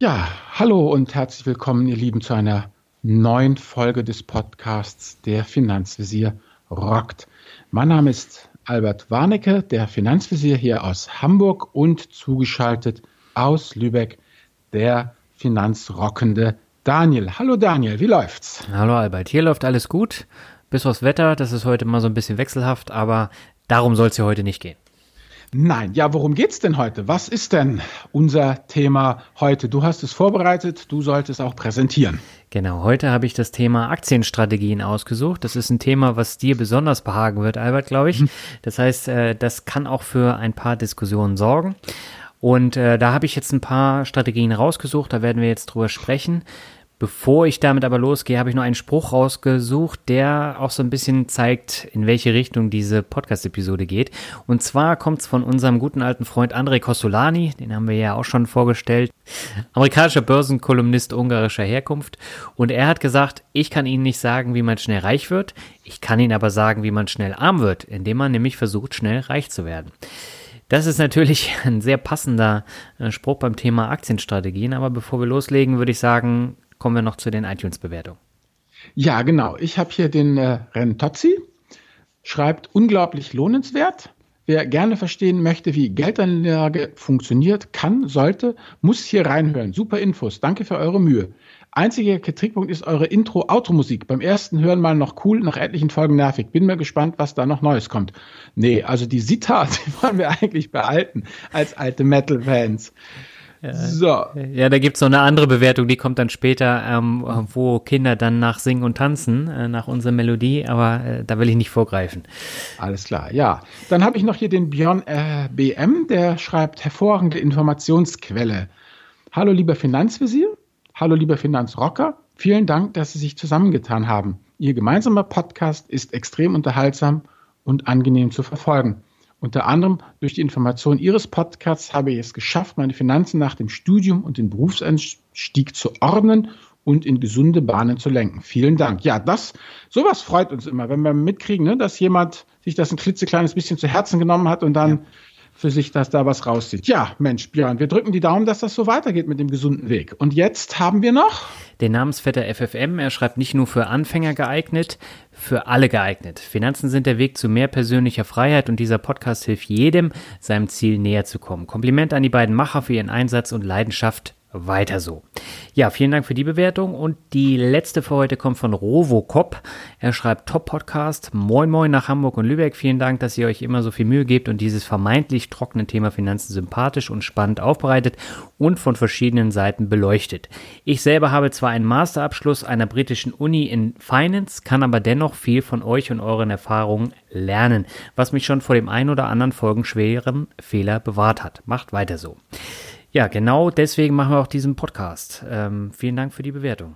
Ja, hallo und herzlich willkommen, ihr Lieben, zu einer neuen Folge des Podcasts Der Finanzvisier rockt. Mein Name ist Albert Warnecke, der Finanzvisier hier aus Hamburg und zugeschaltet aus Lübeck, der finanzrockende Daniel. Hallo Daniel, wie läuft's? Hallo Albert, hier läuft alles gut, bis aufs Wetter, das ist heute mal so ein bisschen wechselhaft, aber darum soll es ja heute nicht gehen. Nein, ja, worum geht's denn heute? Was ist denn unser Thema heute? Du hast es vorbereitet, du solltest auch präsentieren. Genau, heute habe ich das Thema Aktienstrategien ausgesucht. Das ist ein Thema, was dir besonders behagen wird, Albert, glaube ich. Das heißt, das kann auch für ein paar Diskussionen sorgen. Und da habe ich jetzt ein paar Strategien rausgesucht, da werden wir jetzt drüber sprechen. Bevor ich damit aber losgehe, habe ich noch einen Spruch rausgesucht, der auch so ein bisschen zeigt, in welche Richtung diese Podcast-Episode geht. Und zwar kommt es von unserem guten alten Freund André Kostolany, den haben wir ja auch schon vorgestellt, amerikanischer Börsenkolumnist ungarischer Herkunft. Und er hat gesagt, ich kann Ihnen nicht sagen, wie man schnell reich wird, ich kann Ihnen aber sagen, wie man schnell arm wird, indem man nämlich versucht, schnell reich zu werden. Das ist natürlich ein sehr passender Spruch beim Thema Aktienstrategien, aber bevor wir loslegen, würde ich sagen, kommen wir noch zu den iTunes-Bewertungen. Ja, genau. Ich habe hier den Rentozzi, schreibt unglaublich lohnenswert. Wer gerne verstehen möchte, wie Geldanlage funktioniert, kann, sollte, muss hier reinhören. Super Infos. Danke für eure Mühe. Einziger Kritikpunkt ist eure Intro-Automusik. Beim ersten Hören mal noch cool, nach etlichen Folgen nervig. Bin mal gespannt, was da noch Neues kommt. Nee, also die Sitar, die wollen wir eigentlich behalten als alte Metal-Fans. So. Ja, da gibt's noch eine andere Bewertung, die kommt dann später, wo Kinder dann nach Singen und Tanzen, nach unserer Melodie, aber da will ich nicht vorgreifen. Alles klar, ja. Dann habe ich noch hier den Björn BM, der schreibt, hervorragende Informationsquelle. Hallo lieber Finanzvisier, hallo lieber Finanzrocker, vielen Dank, dass Sie sich zusammengetan haben. Ihr gemeinsamer Podcast ist extrem unterhaltsam und angenehm zu verfolgen. Unter anderem durch die Information Ihres Podcasts habe ich es geschafft, meine Finanzen nach dem Studium und den Berufseinstieg zu ordnen und in gesunde Bahnen zu lenken. Vielen Dank. Ja, sowas freut uns immer, wenn wir mitkriegen, ne, dass jemand sich das ein klitzekleines bisschen zu Herzen genommen hat und dann für sich da was rauszieht. Ja, Mensch, Björn, wir drücken die Daumen, dass das so weitergeht mit dem gesunden Weg. Und jetzt haben wir noch den Namensvetter FFM. Er schreibt, nicht nur für Anfänger geeignet, für alle geeignet. Finanzen sind der Weg zu mehr persönlicher Freiheit und dieser Podcast hilft jedem, seinem Ziel näher zu kommen. Kompliment an die beiden Macher für ihren Einsatz und Leidenschaft. Weiter so. Ja, vielen Dank für die Bewertung und die letzte für heute kommt von Rovocop. Er schreibt, Top-Podcast, moin moin nach Hamburg und Lübeck. Vielen Dank, dass ihr euch immer so viel Mühe gebt und dieses vermeintlich trockene Thema Finanzen sympathisch und spannend aufbereitet und von verschiedenen Seiten beleuchtet. Ich selber habe zwar einen Masterabschluss einer britischen Uni in Finance, kann aber dennoch viel von euch und euren Erfahrungen lernen, was mich schon vor dem einen oder anderen folgenschweren Fehler bewahrt hat. Macht weiter so. Ja, genau deswegen machen wir auch diesen Podcast. Vielen Dank für die Bewertung.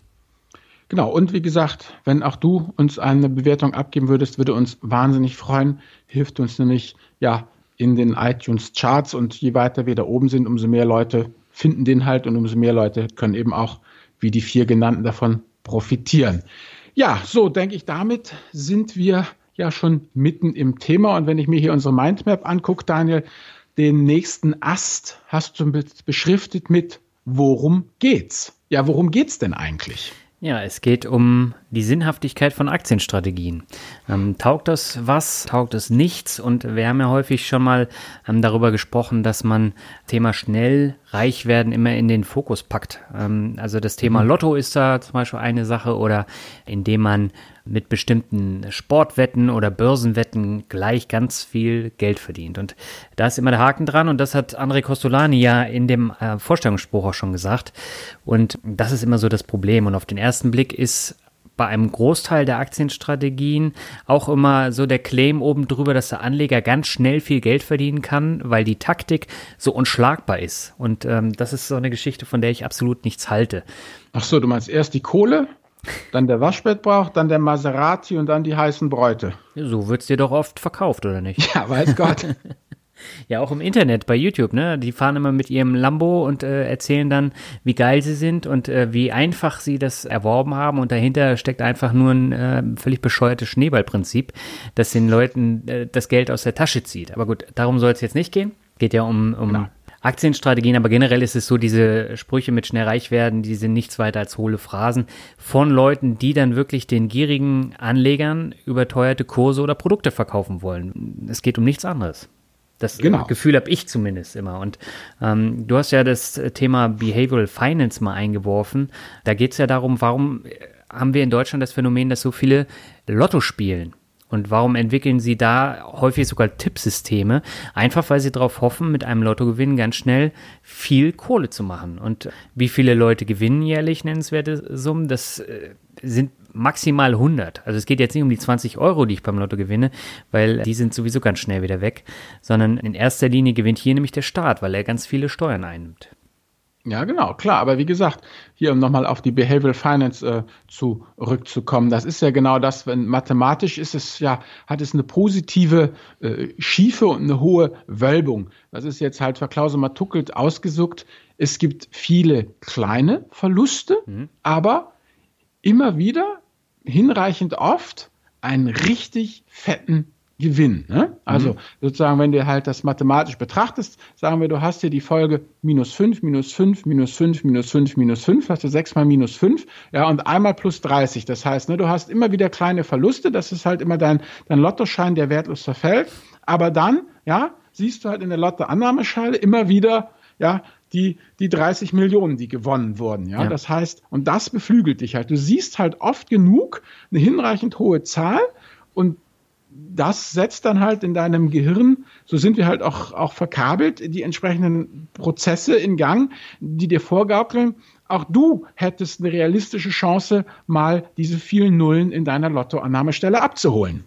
Genau, und wie gesagt, wenn auch du uns eine Bewertung abgeben würdest, würde uns wahnsinnig freuen. Hilft uns nämlich ja in den iTunes-Charts und je weiter wir da oben sind, umso mehr Leute finden den halt und umso mehr Leute können eben auch, wie die 4 genannten, davon profitieren. Ja, so denke ich, damit sind wir ja schon mitten im Thema. Und wenn ich mir hier unsere Mindmap angucke, Daniel, den nächsten Ast hast du beschriftet mit worum geht's? Ja, worum geht's denn eigentlich? Ja, es geht um die Sinnhaftigkeit von Aktienstrategien. Taugt das was? Taugt es nichts? Und wir haben ja häufig schon mal darüber gesprochen, dass man Thema schnell reich werden immer in den Fokus packt. Also das Thema Lotto ist da zum Beispiel eine Sache oder indem man mit bestimmten Sportwetten oder Börsenwetten gleich ganz viel Geld verdient. Und da ist immer der Haken dran und das hat André Kostolany ja in dem Vorstellungsspruch auch schon gesagt. Und das ist immer so das Problem. Und auf den ersten Blick ist bei einem Großteil der Aktienstrategien auch immer so der Claim oben drüber, dass der Anleger ganz schnell viel Geld verdienen kann, weil die Taktik so unschlagbar ist. Und das ist so eine Geschichte, von der ich absolut nichts halte. Ach so, du meinst erst die Kohle, dann der Waschbettbrauch, dann der Maserati und dann die heißen Bräute. So wird's dir doch oft verkauft, oder nicht? Ja, weiß Gott. Ja, auch im Internet, bei YouTube, ne? Die fahren immer mit ihrem Lambo und erzählen dann, wie geil sie sind und wie einfach sie das erworben haben. Und dahinter steckt einfach nur ein völlig bescheuertes Schneeballprinzip, das den Leuten das Geld aus der Tasche zieht. Aber gut, darum soll es jetzt nicht gehen. Geht ja um Aktienstrategien, aber generell ist es so, diese Sprüche mit schnell reich werden, die sind nichts weiter als hohle Phrasen von Leuten, die dann wirklich den gierigen Anlegern überteuerte Kurse oder Produkte verkaufen wollen. Es geht um nichts anderes. Das Gefühl habe ich zumindest immer. Und du hast ja das Thema Behavioral Finance mal eingeworfen. Da geht es ja darum, warum haben wir in Deutschland das Phänomen, dass so viele Lotto spielen? Und warum entwickeln sie da häufig sogar Tippsysteme? Einfach, weil sie darauf hoffen, mit einem Lottogewinn ganz schnell viel Kohle zu machen. Und wie viele Leute gewinnen jährlich nennenswerte Summen? Das sind maximal 100. Also es geht jetzt nicht um die 20 Euro, die ich beim Lotto gewinne, weil die sind sowieso ganz schnell wieder weg, sondern in erster Linie gewinnt hier nämlich der Staat, weil er ganz viele Steuern einnimmt. Ja, genau, klar. Aber wie gesagt, hier um nochmal auf die Behavioral Finance zurückzukommen, das ist ja genau das, wenn mathematisch ist es ja, hat es eine positive Schiefe und eine hohe Wölbung. Das ist jetzt halt verklausumertuckelt ausgesuckt. Es gibt viele kleine Verluste, aber immer wieder hinreichend oft einen richtig fetten Gewinn. Ne? Also sozusagen, wenn du halt das mathematisch betrachtest, sagen wir, du hast hier die Folge -5, -5, -5, -5, -5, hast du 6 mal -5, ja, und einmal +30. Das heißt, ne, du hast immer wieder kleine Verluste, das ist halt immer dein Lottoschein, der wertlos verfällt. Aber dann, ja, siehst du halt in der Lottoannahmeschale immer wieder, ja, die 30 Millionen, die gewonnen wurden. Ja? Das heißt, und das beflügelt dich halt. Du siehst halt oft genug eine hinreichend hohe Zahl und das setzt dann halt in deinem Gehirn, so sind wir halt auch verkabelt, die entsprechenden Prozesse in Gang, die dir vorgaukeln, auch du hättest eine realistische Chance, mal diese vielen Nullen in deiner Lottoannahmestelle abzuholen.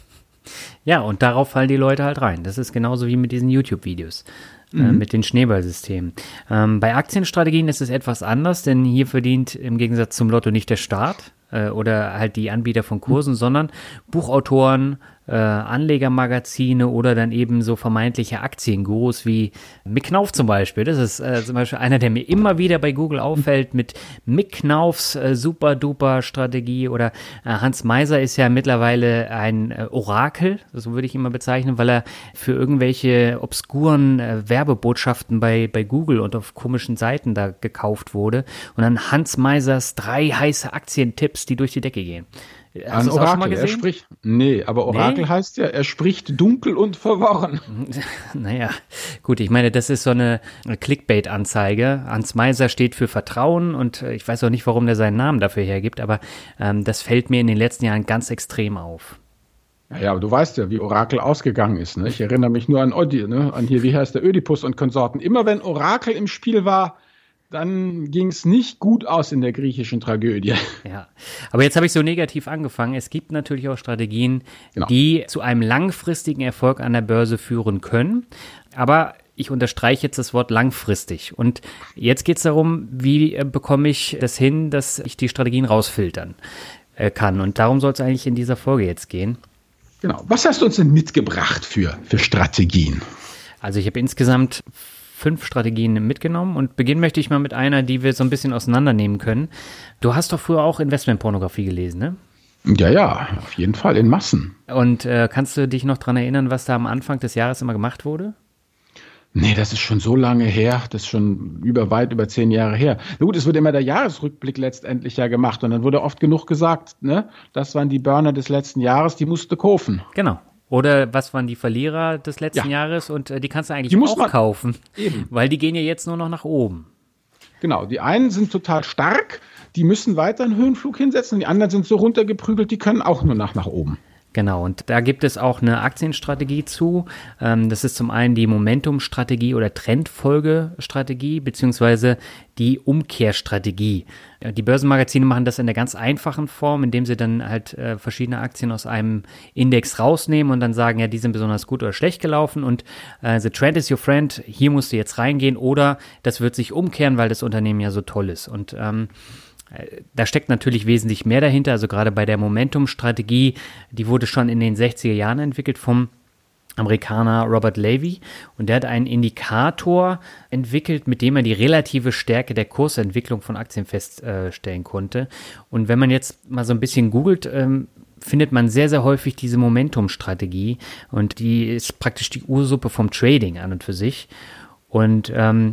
Ja, und darauf fallen die Leute halt rein. Das ist genauso wie mit diesen YouTube-Videos. Mit den Schneeballsystemen. Bei Aktienstrategien ist es etwas anders, denn hier verdient im Gegensatz zum Lotto nicht der Staat oder halt die Anbieter von Kursen, sondern Buchautoren, Anlegermagazine oder dann eben so vermeintliche Aktiengurus wie Mick Knauf zum Beispiel. Das ist zum Beispiel einer, der mir immer wieder bei Google auffällt mit Mick Knaufs Super-Duper-Strategie oder Hans Meiser ist ja mittlerweile ein Orakel, so würde ich ihn mal bezeichnen, weil er für irgendwelche obskuren Werbebotschaften bei Google und auf komischen Seiten da gekauft wurde und dann Hans Meisers 3 heiße Aktientipps, die durch die Decke gehen. Hast du das auch schon mal gesehen? Aber Orakel heißt ja, er spricht dunkel und verworren. Naja, gut, ich meine, das ist so eine Clickbait-Anzeige. Hans Meiser steht für Vertrauen und ich weiß auch nicht, warum der seinen Namen dafür hergibt, aber das fällt mir in den letzten Jahren ganz extrem auf. Ja, aber du weißt ja, wie Orakel ausgegangen ist. Ne? Ich erinnere mich nur an an hier, wie heißt der, Ödipus und Konsorten. Immer wenn Orakel im Spiel war, dann ging es nicht gut aus in der griechischen Tragödie. Ja, aber jetzt habe ich so negativ angefangen. Es gibt natürlich auch Strategien, die zu einem langfristigen Erfolg an der Börse führen können. Aber ich unterstreiche jetzt das Wort langfristig. Und jetzt geht es darum, wie bekomme ich das hin, dass ich die Strategien rausfiltern kann. Und darum soll es eigentlich in dieser Folge jetzt gehen. Genau. Was hast du uns denn mitgebracht für Strategien? Also ich habe insgesamt 5 Strategien mitgenommen und beginnen möchte ich mal mit einer, die wir so ein bisschen auseinandernehmen können. Du hast doch früher auch Investmentpornografie gelesen, ne? Ja, auf jeden Fall in Massen. Und kannst du dich noch daran erinnern, was da am Anfang des Jahres immer gemacht wurde? Nee, das ist schon so lange her, das ist schon weit über 10 Jahre her. Na gut, es wurde immer der Jahresrückblick letztendlich ja gemacht und dann wurde oft genug gesagt, ne, das waren die Burner des letzten Jahres, die musst du kaufen. Genau. Oder was waren die Verlierer des letzten Jahres und die kannst du eigentlich auch kaufen, weil die gehen ja jetzt nur noch nach oben. Genau, die einen sind total stark, die müssen weiter einen Höhenflug hinsetzen und die anderen sind so runtergeprügelt, die können auch nur nach oben. Genau, und da gibt es auch eine Aktienstrategie zu. Das ist zum einen die Momentum-Strategie oder Trendfolgestrategie beziehungsweise die Umkehrstrategie. Die Börsenmagazine machen das in der ganz einfachen Form, indem sie dann halt verschiedene Aktien aus einem Index rausnehmen und dann sagen, ja, die sind besonders gut oder schlecht gelaufen und the trend is your friend, hier musst du jetzt reingehen oder das wird sich umkehren, weil das Unternehmen ja so toll ist. Und da steckt natürlich wesentlich mehr dahinter, also gerade bei der Momentum-Strategie, die wurde schon in den 60er Jahren entwickelt vom Amerikaner Robert Levy und der hat einen Indikator entwickelt, mit dem er die relative Stärke der Kursentwicklung von Aktien feststellen konnte. Und wenn man jetzt mal so ein bisschen googelt, findet man sehr, sehr häufig diese Momentum-Strategie und die ist praktisch die Ursuppe vom Trading an und für sich. Und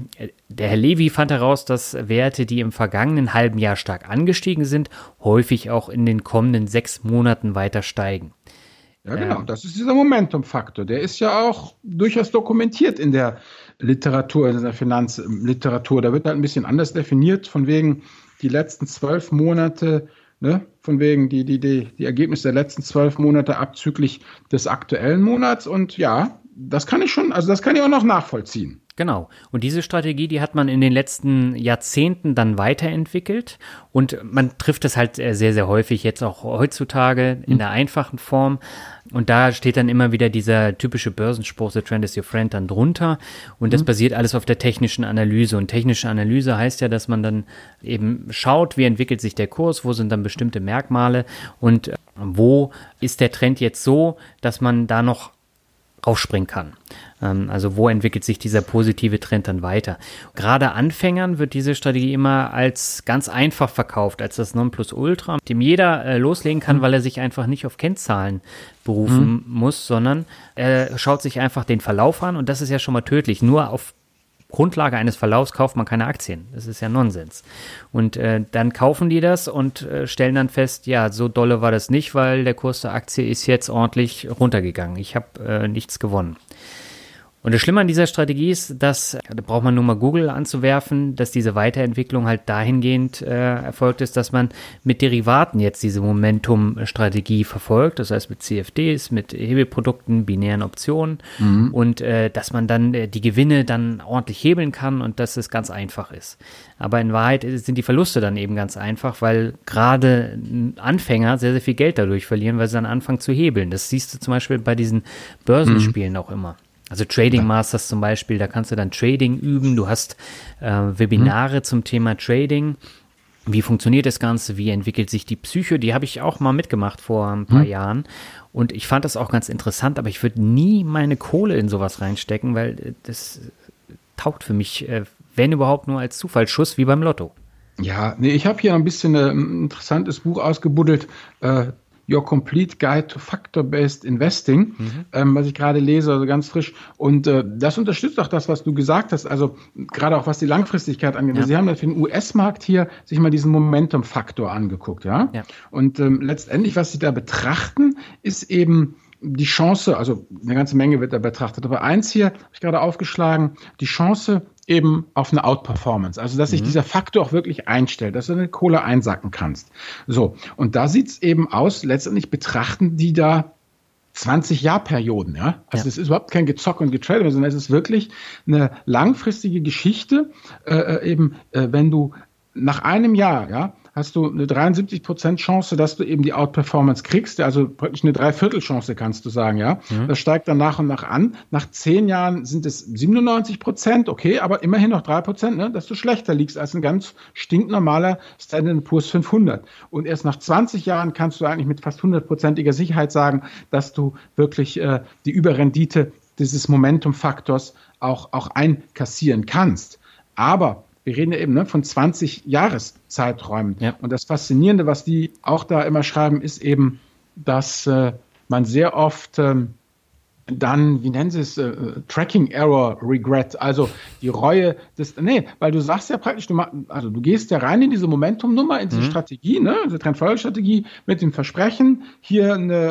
der Herr Levy fand heraus, dass Werte, die im vergangenen halben Jahr stark angestiegen sind, häufig auch in den kommenden 6 Monaten weiter steigen. Ja, genau, das ist dieser Momentum-Faktor. Der ist ja auch durchaus dokumentiert in der Literatur, in der Finanzliteratur. Da wird halt ein bisschen anders definiert, von wegen die letzten 12 Monate, ne, von wegen die Ergebnisse der letzten 12 Monate abzüglich des aktuellen Monats. Und ja, das kann ich auch noch nachvollziehen. Genau. Und diese Strategie, die hat man in den letzten Jahrzehnten dann weiterentwickelt und man trifft es halt sehr, sehr häufig jetzt auch heutzutage in der einfachen Form. Und da steht dann immer wieder dieser typische Börsenspruch, the trend is your friend, dann drunter. Und das basiert alles auf der technischen Analyse. Und technische Analyse heißt ja, dass man dann eben schaut, wie entwickelt sich der Kurs, wo sind dann bestimmte Merkmale und wo ist der Trend jetzt so, dass man da noch raufspringen kann. Also wo entwickelt sich dieser positive Trend dann weiter? Gerade Anfängern wird diese Strategie immer als ganz einfach verkauft, als das Nonplusultra, mit dem jeder loslegen kann, weil er sich einfach nicht auf Kennzahlen berufen muss, sondern er schaut sich einfach den Verlauf an und das ist ja schon mal tödlich. Nur auf Grundlage eines Verlaufs kauft man keine Aktien. Das ist ja Nonsens. Und dann kaufen die das und stellen dann fest, ja, so dolle war das nicht, weil der Kurs der Aktie ist jetzt ordentlich runtergegangen. Ich habe nichts gewonnen. Und das Schlimme an dieser Strategie ist, dass, da braucht man nur mal Google anzuwerfen, dass diese Weiterentwicklung halt dahingehend erfolgt ist, dass man mit Derivaten jetzt diese Momentum-Strategie verfolgt, das heißt mit CFDs, mit Hebelprodukten, binären Optionen und dass man dann die Gewinne dann ordentlich hebeln kann und dass es ganz einfach ist. Aber in Wahrheit sind die Verluste dann eben ganz einfach, weil gerade Anfänger sehr, sehr viel Geld dadurch verlieren, weil sie dann anfangen zu hebeln. Das siehst du zum Beispiel bei diesen Börsenspielen auch immer. Also Trading Masters zum Beispiel, da kannst du dann Trading üben. Du hast Webinare zum Thema Trading. Wie funktioniert das Ganze? Wie entwickelt sich die Psyche? Die habe ich auch mal mitgemacht vor ein paar Jahren. Und ich fand das auch ganz interessant, aber ich würde nie meine Kohle in sowas reinstecken, weil das taugt für mich, wenn überhaupt nur als Zufallsschuss, wie beim Lotto. Ja, nee, ich habe hier ein bisschen ein interessantes Buch ausgebuddelt, Your Complete Guide to Factor-Based Investing, was ich gerade lese, also ganz frisch. Und das unterstützt auch das, was du gesagt hast, also gerade auch was die Langfristigkeit angeht. Ja. Sie haben ja für den US-Markt hier sich mal diesen Momentum-Faktor angeguckt, ja. Und letztendlich, was Sie da betrachten, ist eben die Chance, also eine ganze Menge wird da betrachtet, aber eins hier, habe ich gerade aufgeschlagen, die Chance eben auf eine Outperformance, also dass sich dieser Faktor auch wirklich einstellt, dass du eine Kohle einsacken kannst. So, und da sieht es eben aus, letztendlich betrachten die da 20-Jahr-Perioden, ja. Also es ist überhaupt kein Gezock und Getrade, sondern es ist wirklich eine langfristige Geschichte, wenn du nach einem Jahr, ja, hast du eine 73% Chance, dass du eben die Outperformance kriegst, also praktisch eine Dreiviertelchance, kannst du sagen, ja. Das steigt dann nach und nach an. Nach 10 Jahren sind es 97%, okay, aber immerhin noch 3%, ne, dass du schlechter liegst als ein ganz stinknormaler Standard & Poor's 500. Und erst nach 20 Jahren kannst du eigentlich mit fast 100%iger Sicherheit sagen, dass du wirklich die Überrendite dieses Momentum-Faktors auch einkassieren kannst. Aber wir reden ja eben von 20 Jahreszeiträumen. Ja. Und das Faszinierende, was die auch da immer schreiben, ist eben, dass man sehr oft dann, wie nennen sie es, Tracking Error Regret, also die Reue weil du sagst ja praktisch, du gehst ja rein in diese Momentum-Nummer, in diese Strategie, ne, diese Trendfolgestrategie mit dem Versprechen, hier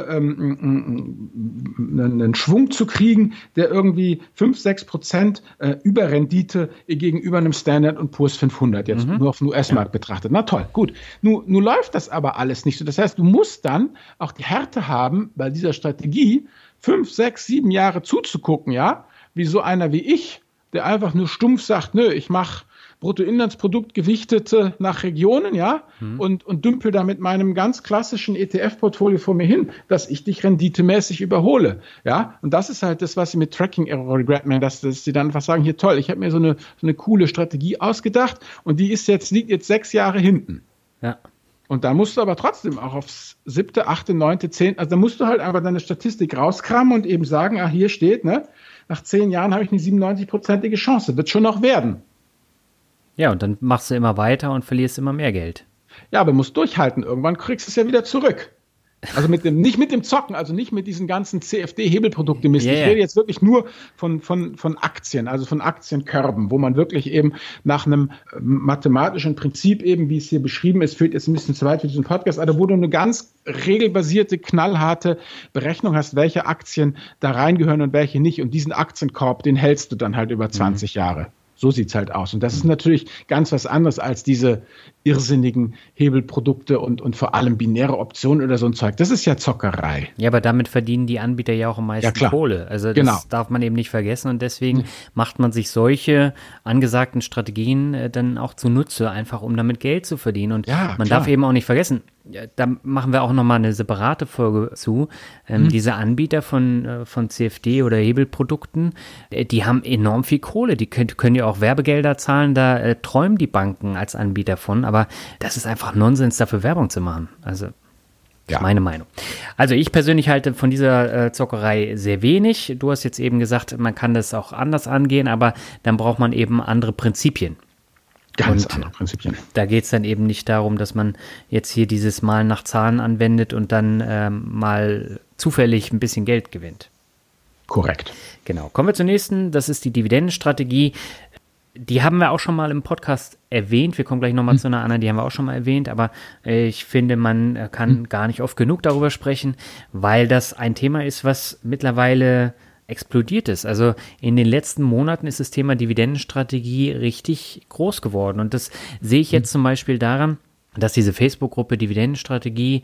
einen Schwung zu kriegen, der irgendwie 5-6% Überrendite gegenüber einem Standard & Poor's 500 jetzt nur auf den US-Markt betrachtet. Na toll, gut. Nun läuft das aber alles nicht so. Das heißt, du musst dann auch die Härte haben, bei dieser Strategie 5, 6, 7 Jahre zuzugucken, ja, wie so einer wie ich, der einfach nur stumpf sagt, nö, ich mache Bruttoinlandsprodukt gewichtete nach Regionen, ja, und dümpel da mit meinem ganz klassischen ETF-Portfolio vor mir hin, dass ich dich renditemäßig überhole, ja, und das ist halt das, was sie mit Tracking Error Regret meinen, dass sie dann einfach sagen, hier toll, ich habe mir so eine coole Strategie ausgedacht und die liegt jetzt 6 Jahre hinten. Ja. Und da musst du aber trotzdem auch aufs 7., 8., 9., 10., also da musst du halt einfach deine Statistik rauskramen und eben sagen, hier steht, ne, nach 10 Jahren habe ich eine 97%ige Chance, wird schon noch werden. Ja, und dann machst du immer weiter und verlierst immer mehr Geld. Ja, aber musst durchhalten, irgendwann kriegst du es ja wieder zurück. Also nicht mit dem Zocken, also nicht mit diesen ganzen CFD-Hebelprodukte mist. Ich rede jetzt wirklich nur von Aktien, also von Aktienkörben, wo man wirklich eben nach einem mathematischen Prinzip eben, wie es hier beschrieben ist, führt jetzt ein bisschen zu weit für diesen Podcast, aber wo du eine ganz regelbasierte, knallharte Berechnung hast, welche Aktien da reingehören und welche nicht. Und diesen Aktienkorb, den hältst du dann halt über 20 Jahre. So sieht's halt aus. Und das ist natürlich ganz was anderes als diese irrsinnigen Hebelprodukte und vor allem binäre Optionen oder so ein Zeug. Das ist ja Zockerei. Ja, aber damit verdienen die Anbieter ja auch am meisten Kohle. Also das darf man eben nicht vergessen. Und deswegen macht man sich solche angesagten Strategien dann auch zunutze, einfach um damit Geld zu verdienen. Und man darf eben auch nicht vergessen, da machen wir auch nochmal eine separate Folge zu. Diese Anbieter von CFD oder Hebelprodukten, die haben enorm viel Kohle. Die können ja auch Werbegelder zahlen, da träumen die Banken als Anbieter von. Aber das ist einfach Nonsens, dafür Werbung zu machen. Also, das ist meine Meinung. Also ich persönlich halte von dieser Zockerei sehr wenig. Du hast jetzt eben gesagt, man kann das auch anders angehen, aber dann braucht man eben andere Prinzipien. Ganz andere Prinzipien. Da geht es dann eben nicht darum, dass man jetzt hier dieses Malen nach Zahlen anwendet und dann mal zufällig ein bisschen Geld gewinnt. Korrekt. Genau. Kommen wir zur nächsten. Das ist die Dividendenstrategie. Die haben wir auch schon mal im Podcast erwähnt. Wir kommen gleich nochmal zu einer anderen, die haben wir auch schon mal erwähnt. Aber ich finde, man kann gar nicht oft genug darüber sprechen, weil das ein Thema ist, was mittlerweile explodiert ist. Also in den letzten Monaten ist das Thema Dividendenstrategie richtig groß geworden. Und das sehe ich jetzt zum Beispiel daran, dass diese Facebook-Gruppe Dividendenstrategie,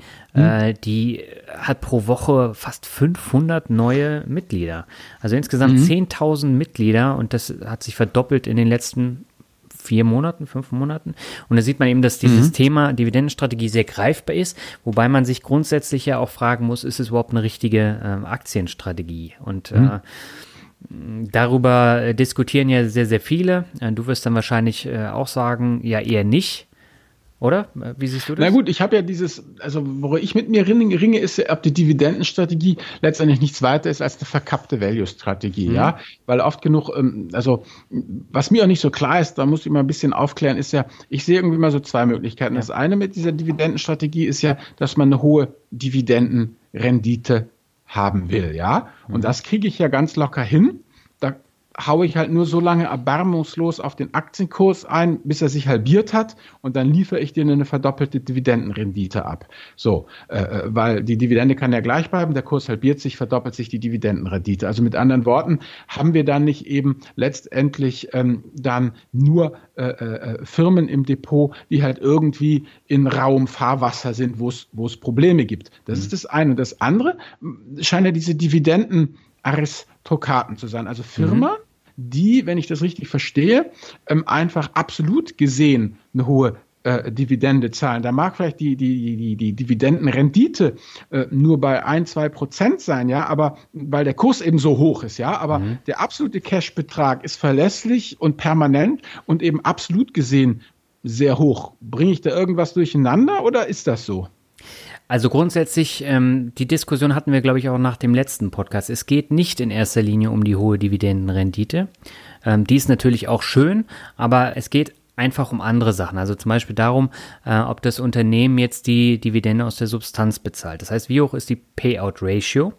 die hat pro Woche fast 500 neue Mitglieder. Also insgesamt 10.000 Mitglieder und das hat sich verdoppelt in den letzten 5 Monaten. Und da sieht man eben, dass dieses Thema Dividendenstrategie sehr greifbar ist, wobei man sich grundsätzlich ja auch fragen muss, ist es überhaupt eine richtige Aktienstrategie? Und darüber diskutieren ja sehr, sehr viele. Du wirst dann wahrscheinlich auch sagen, ja eher nicht. Oder? Wie siehst du das? Na gut, ich habe ja wo ich mit mir ringe, ist ja, ob die Dividendenstrategie letztendlich nichts weiter ist als eine verkappte Value-Strategie, ja? Weil oft genug, was mir auch nicht so klar ist, da muss ich mal ein bisschen aufklären, ist ja, ich sehe irgendwie mal so 2 Möglichkeiten. Das eine mit dieser Dividendenstrategie ist ja, dass man eine hohe Dividendenrendite haben will, ja? Und das kriege ich ja ganz locker hin. Da haue ich halt nur so lange erbarmungslos auf den Aktienkurs ein, bis er sich halbiert hat und dann liefere ich dir eine verdoppelte Dividendenrendite ab. So, weil die Dividende kann ja gleich bleiben, der Kurs halbiert sich, verdoppelt sich die Dividendenrendite. Also mit anderen Worten, haben wir dann nicht eben letztendlich dann nur Firmen im Depot, die halt irgendwie in rauem Fahrwasser sind, wo es Probleme gibt. Das ist das eine. Und das andere scheint ja diese Dividendenaristokraten zu sein. Also Firma, die, wenn ich das richtig verstehe, einfach absolut gesehen eine hohe Dividende zahlen. Da mag vielleicht die Dividendenrendite nur bei 1-2% sein, ja, aber weil der Kurs eben so hoch ist, ja, aber der absolute Cashbetrag ist verlässlich und permanent und eben absolut gesehen sehr hoch. Bringe ich da irgendwas durcheinander oder ist das so? Also grundsätzlich, die Diskussion hatten wir, glaube ich, auch nach dem letzten Podcast. Es geht nicht in erster Linie um die hohe Dividendenrendite. Die ist natürlich auch schön, aber es geht einfach um andere Sachen. Also zum Beispiel darum, ob das Unternehmen jetzt die Dividende aus der Substanz bezahlt. Das heißt, wie hoch ist die Payout-Ratio?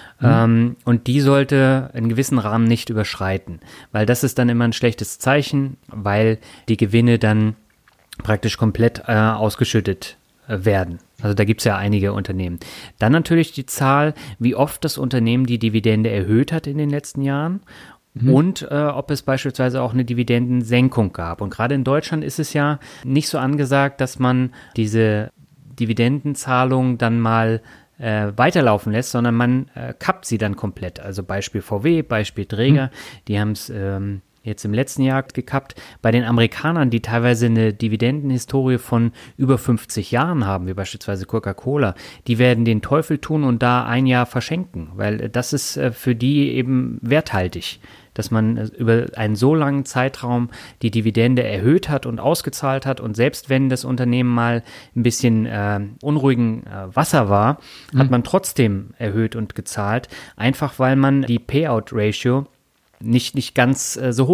Und die sollte einen gewissen Rahmen nicht überschreiten, weil das ist dann immer ein schlechtes Zeichen, weil die Gewinne dann praktisch komplett ausgeschüttet werden. Also da gibt es ja einige Unternehmen. Dann natürlich die Zahl, wie oft das Unternehmen die Dividende erhöht hat in den letzten Jahren und ob es beispielsweise auch eine Dividendensenkung gab. Und gerade in Deutschland ist es ja nicht so angesagt, dass man diese Dividendenzahlung dann mal weiterlaufen lässt, sondern man kappt sie dann komplett. Also Beispiel VW, Beispiel Dräger, die haben es jetzt im letzten Jahr gekappt. Bei den Amerikanern, die teilweise eine Dividendenhistorie von über 50 Jahren haben, wie beispielsweise Coca-Cola, die werden den Teufel tun und da ein Jahr verschenken, weil das ist für die eben werthaltig, dass man über einen so langen Zeitraum die Dividende erhöht hat und ausgezahlt hat und selbst wenn das Unternehmen mal ein bisschen unruhigen Wasser war, hat man trotzdem erhöht und gezahlt, einfach weil man die Payout-Ratio nicht ganz so hoch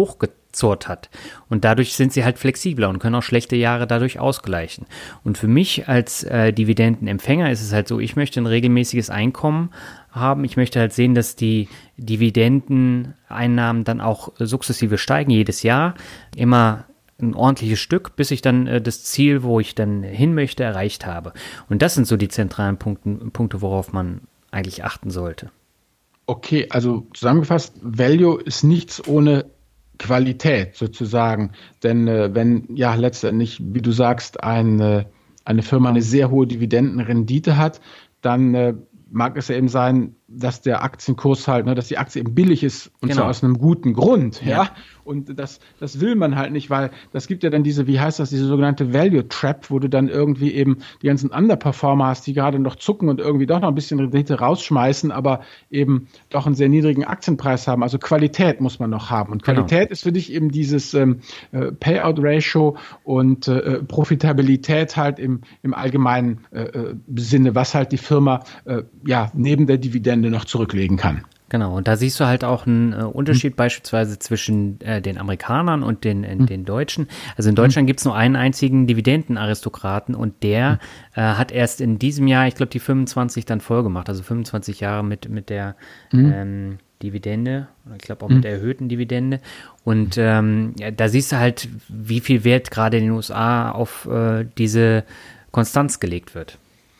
eingezurrt hat. Und dadurch sind sie halt flexibler und können auch schlechte Jahre dadurch ausgleichen. Und für mich als Dividendenempfänger ist es halt so, ich möchte ein regelmäßiges Einkommen haben. Ich möchte halt sehen, dass die Dividendeneinnahmen dann auch sukzessive steigen, jedes Jahr, immer ein ordentliches Stück, bis ich dann das Ziel, wo ich dann hin möchte, erreicht habe. Und das sind so die zentralen Punkte, worauf man eigentlich achten sollte. Okay, also zusammengefasst, Value ist nichts ohne Qualität sozusagen. Denn wenn ja letztendlich, wie du sagst, eine Firma eine sehr hohe Dividendenrendite hat, dann mag es ja eben sein, dass der Aktienkurs halt, dass die Aktie eben billig ist und zwar aus einem guten Grund, ja. Und das will man halt nicht, weil das gibt ja dann diese sogenannte Value Trap, wo du dann irgendwie eben die ganzen Underperformer hast, die gerade noch zucken und irgendwie doch noch ein bisschen Rendite rausschmeißen, aber eben doch einen sehr niedrigen Aktienpreis haben. Also Qualität muss man noch haben. Und Qualität ist für dich eben dieses Payout Ratio und Profitabilität halt im allgemeinen Sinne, was halt die Firma neben der Dividende noch zurücklegen kann. Genau, und da siehst du halt auch einen Unterschied beispielsweise zwischen den Amerikanern und den Deutschen. Also in Deutschland gibt es nur einen einzigen Dividendenaristokraten und der hat erst in diesem Jahr, ich glaube, die 25 dann voll gemacht, also 25 Jahre mit der Dividende, ich glaube auch mit der erhöhten Dividende. Und da siehst du halt, wie viel Wert gerade in den USA auf diese Konstanz gelegt wird.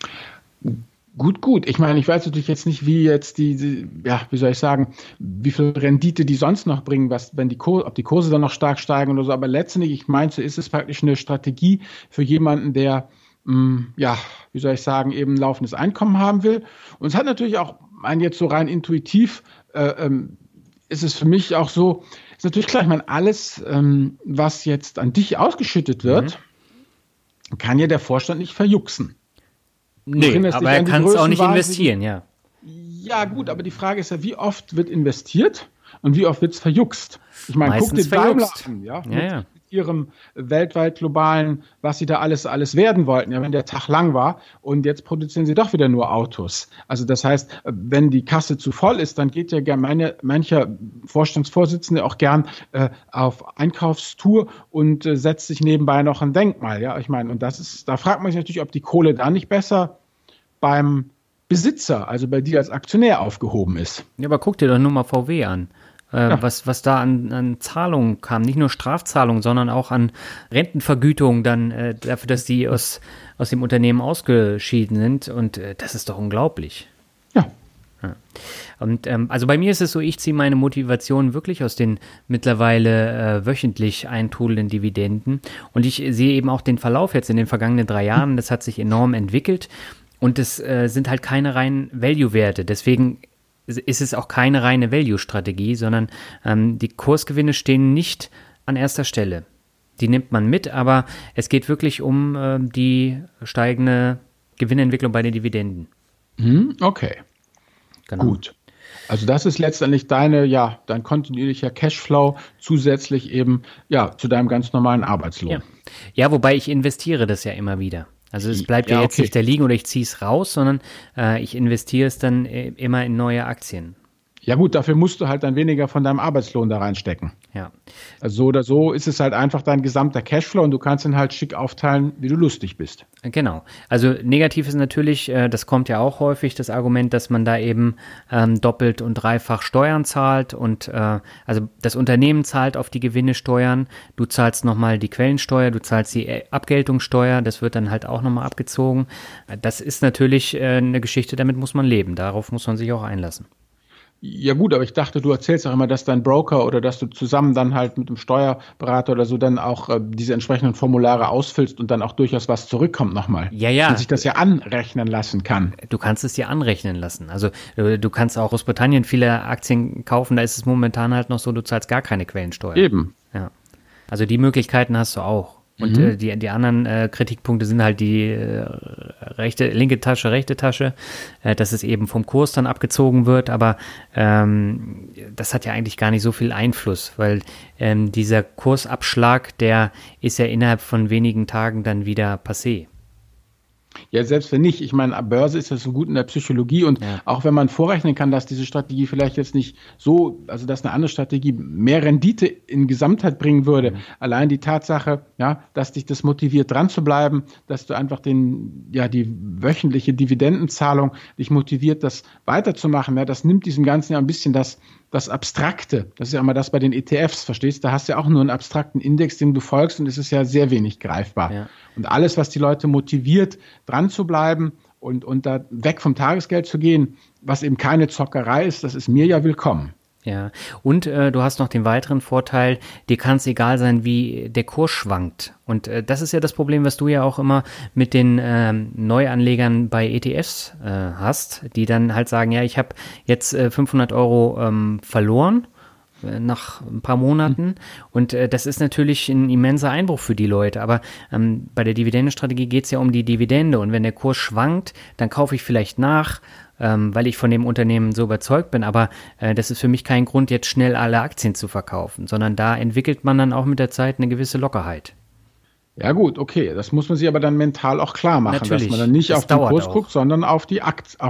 Gut. Ich meine, ich weiß natürlich jetzt nicht, wie jetzt wie soll ich sagen, wie viel Rendite die sonst noch bringen, ob die Kurse dann noch stark steigen oder so. Aber letztendlich, ich meine, so ist es praktisch eine Strategie für jemanden, der, wie soll ich sagen, eben ein laufendes Einkommen haben will. Und es hat natürlich auch, jetzt so rein intuitiv, ist es für mich auch so, ist natürlich klar, ich meine, alles, was jetzt an dich ausgeschüttet wird, kann ja der Vorstand nicht verjuxen. Nee, aber er kann es auch nicht investieren, ja. Ja, gut, aber die Frage ist ja, wie oft wird investiert und wie oft wird es verjuckst? Ich meine, guck dir Daimler an, mit ihrem weltweit globalen, was sie da alles werden wollten, wenn der Tag lang war und jetzt produzieren sie doch wieder nur Autos. Also das heißt, wenn die Kasse zu voll ist, dann geht ja mancher Vorstandsvorsitzende auch gern auf Einkaufstour und setzt sich nebenbei noch ein Denkmal, ja. Ich meine, und da fragt man sich natürlich, ob die Kohle da nicht besser beim Besitzer, also bei dir als Aktionär aufgehoben ist. Ja, aber guck dir doch nur mal VW an. Was da an Zahlungen kam, nicht nur Strafzahlungen, sondern auch an Rentenvergütung dann dafür, dass die aus dem Unternehmen ausgeschieden sind und das ist doch unglaublich. Ja. Und also bei mir ist es so, ich ziehe meine Motivation wirklich aus den mittlerweile wöchentlich eintrudelnden Dividenden und ich sehe eben auch den Verlauf jetzt in den vergangenen 3 Jahren, das hat sich enorm entwickelt und es sind halt keine reinen Value-Werte, deswegen ist es auch keine reine Value-Strategie, sondern die Kursgewinne stehen nicht an erster Stelle. Die nimmt man mit, aber es geht wirklich um die steigende Gewinnentwicklung bei den Dividenden. Okay, genau. Gut. Also das ist letztendlich dein kontinuierlicher Cashflow zusätzlich eben zu deinem ganz normalen Arbeitslohn. Ja, wobei ich investiere das ja immer wieder. Also es bleibt ja jetzt nicht da liegen oder ich ziehe es raus, sondern ich investiere es dann immer in neue Aktien. Ja gut, dafür musst du halt dann weniger von deinem Arbeitslohn da reinstecken. Ja. Also so oder so ist es halt einfach dein gesamter Cashflow und du kannst ihn halt schick aufteilen, wie du lustig bist. Genau. Also negativ ist natürlich, das kommt ja auch häufig, das Argument, dass man da eben doppelt und dreifach Steuern zahlt und also das Unternehmen zahlt auf die Gewinne Steuern, du zahlst nochmal die Quellensteuer, du zahlst die Abgeltungssteuer, das wird dann halt auch nochmal abgezogen. Das ist natürlich eine Geschichte, damit muss man leben, darauf muss man sich auch einlassen. Ja gut, aber ich dachte, du erzählst auch immer, dass dein Broker oder dass du zusammen dann halt mit dem Steuerberater oder so dann auch diese entsprechenden Formulare ausfüllst und dann auch durchaus was zurückkommt nochmal. Ja. Und sich das ja anrechnen lassen kann. Du kannst es dir anrechnen lassen. Also du kannst auch Großbritannien viele Aktien kaufen, da ist es momentan halt noch so, du zahlst gar keine Quellensteuer. Eben. Ja. Also die Möglichkeiten hast du auch. Und die anderen Kritikpunkte sind halt die linke Tasche, rechte Tasche, dass es eben vom Kurs dann abgezogen wird, aber das hat ja eigentlich gar nicht so viel Einfluss, weil dieser Kursabschlag, der ist ja innerhalb von wenigen Tagen dann wieder passé. Ja, selbst wenn nicht. Ich meine, Börse ist ja so gut in der Psychologie und auch wenn man vorrechnen kann, dass diese Strategie vielleicht jetzt nicht so, also dass eine andere Strategie mehr Rendite in Gesamtheit bringen würde. Allein die Tatsache, ja, dass dich das motiviert, dran zu bleiben, dass du einfach die wöchentliche Dividendenzahlung dich motiviert, das weiterzumachen. Ja, das nimmt diesem Ganzen ja ein bisschen das Abstrakte. Das ist ja immer das bei den ETFs, verstehst du? Da hast du ja auch nur einen abstrakten Index, dem du folgst und es ist ja sehr wenig greifbar. Ja. Und alles, was die Leute motiviert, dran zu bleiben und da weg vom Tagesgeld zu gehen, was eben keine Zockerei ist, das ist mir ja willkommen. Ja, und du hast noch den weiteren Vorteil, dir kann es egal sein, wie der Kurs schwankt. Und das ist ja das Problem, was du ja auch immer mit den Neuanlegern bei ETFs hast, die dann halt sagen, ja, ich habe jetzt 500 € verloren nach ein paar Monaten und das ist natürlich ein immenser Einbruch für die Leute, aber bei der Dividendenstrategie geht es ja um die Dividende und wenn der Kurs schwankt, dann kaufe ich vielleicht nach, weil ich von dem Unternehmen so überzeugt bin, aber das ist für mich kein Grund, jetzt schnell alle Aktien zu verkaufen, sondern da entwickelt man dann auch mit der Zeit eine gewisse Lockerheit. Ja gut, okay, das muss man sich aber dann mental auch klar machen, natürlich, dass man dann nicht auf den Kurs guckt, sondern auf die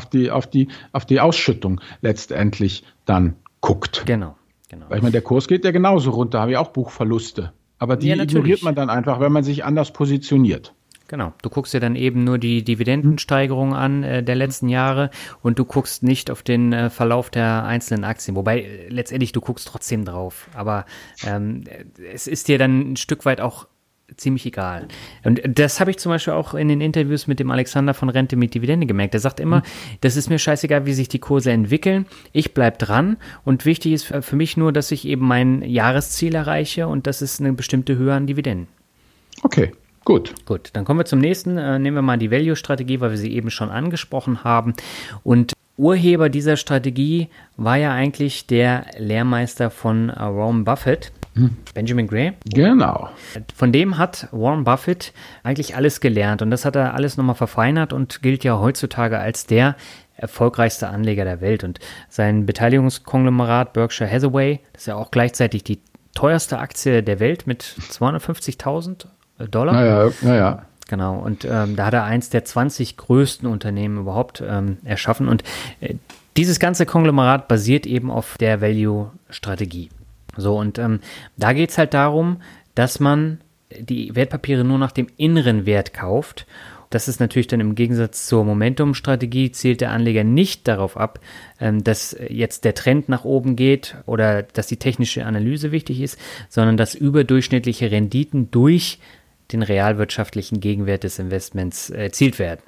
Ausschüttung letztendlich dann guckt. Genau. Weil ich meine, der Kurs geht ja genauso runter, habe ich auch Buchverluste. Aber die ignoriert man dann einfach, wenn man sich anders positioniert. Genau, du guckst dir dann eben nur die Dividendensteigerung an der letzten Jahre und du guckst nicht auf den Verlauf der einzelnen Aktien. Wobei letztendlich du guckst trotzdem drauf. Aber es ist dir dann ein Stück weit auch ziemlich egal. Und das habe ich zum Beispiel auch in den Interviews mit dem Alexander von Rente mit Dividende gemerkt. Der sagt immer, das ist mir scheißegal, wie sich die Kurse entwickeln. Ich bleib dran und wichtig ist für mich nur, dass ich eben mein Jahresziel erreiche und das ist eine bestimmte Höhe an Dividenden. Okay. Gut, dann kommen wir zum nächsten. Nehmen wir mal die Value-Strategie, weil wir sie eben schon angesprochen haben. Und Urheber dieser Strategie war ja eigentlich der Lehrmeister von Warren Buffett, Benjamin Graham. Genau. Von dem hat Warren Buffett eigentlich alles gelernt und das hat er alles nochmal verfeinert und gilt ja heutzutage als der erfolgreichste Anleger der Welt. Und sein Beteiligungskonglomerat Berkshire Hathaway, das ist ja auch gleichzeitig die teuerste Aktie der Welt mit 250.000 $. Ja. Genau, und da hat er eins der 20 größten Unternehmen überhaupt erschaffen. Und dieses ganze Konglomerat basiert eben auf der Value-Strategie. So, und da geht es halt darum, dass man die Wertpapiere nur nach dem inneren Wert kauft. Das ist natürlich dann im Gegensatz zur Momentum-Strategie, zielt der Anleger nicht darauf ab, dass jetzt der Trend nach oben geht oder dass die technische Analyse wichtig ist, sondern dass überdurchschnittliche Renditen durch den realwirtschaftlichen Gegenwert des Investments erzielt werden.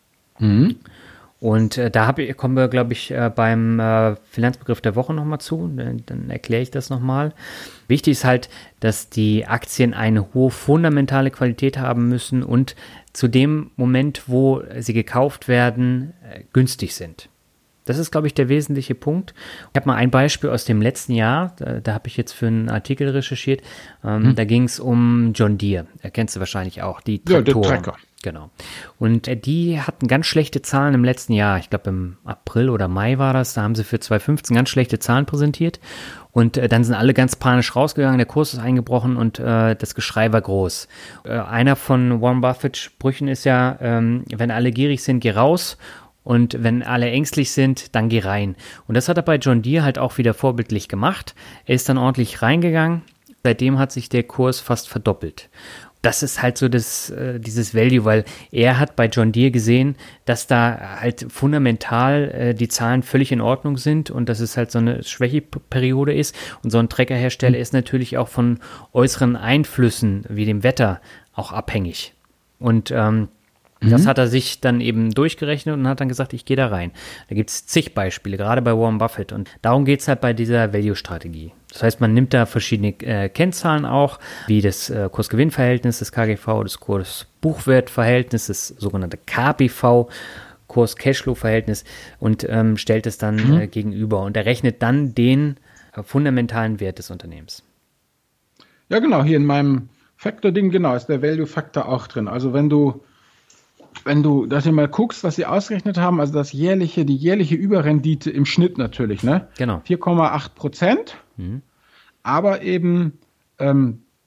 Und da kommen wir, glaube ich, beim Finanzbegriff der Woche nochmal zu. Dann erkläre ich das nochmal. Wichtig ist halt, dass die Aktien eine hohe fundamentale Qualität haben müssen und zu dem Moment, wo sie gekauft werden, günstig sind. Das ist, glaube ich, der wesentliche Punkt. Ich habe mal ein Beispiel aus dem letzten Jahr, da habe ich jetzt für einen Artikel recherchiert, da ging es um John Deere, kennst du wahrscheinlich auch, die Traktoren. Ja, der Trecker. Genau. Und die hatten ganz schlechte Zahlen im letzten Jahr, ich glaube im April oder Mai war das, da haben sie für 2015 ganz schlechte Zahlen präsentiert und dann sind alle ganz panisch rausgegangen, der Kurs ist eingebrochen und das Geschrei war groß. Einer von Warren Buffett Sprüchen ist ja, wenn alle gierig sind, geh raus. Und wenn alle ängstlich sind, dann geh rein. Und das hat er bei John Deere halt auch wieder vorbildlich gemacht. Er ist dann ordentlich reingegangen. Seitdem hat sich der Kurs fast verdoppelt. Das ist halt so dieses Value, weil er hat bei John Deere gesehen, dass da halt fundamental die Zahlen völlig in Ordnung sind und dass es halt so eine Schwächeperiode ist. Und so ein Treckerhersteller ist natürlich auch von äußeren Einflüssen wie dem Wetter auch abhängig. Und das hat er sich dann eben durchgerechnet und hat dann gesagt, ich gehe da rein. Da gibt es zig Beispiele, gerade bei Warren Buffett. Und darum geht es halt bei dieser Value-Strategie. Das heißt, man nimmt da verschiedene Kennzahlen auch, wie das Kurs-Gewinn-Verhältnis, das KGV, das Kurs-Buchwert-Verhältnis, das sogenannte KPV, Kurs-Cashflow-Verhältnis und stellt es dann gegenüber. Und er rechnet dann den fundamentalen Wert des Unternehmens. Ja, genau. Hier in meinem Factor-Ding, genau, ist der Value-Faktor auch drin. Also wenn du dass ihr mal guckst, was sie ausgerechnet haben, also die jährliche Überrendite im Schnitt natürlich, ne? Genau. 4,8%, aber eben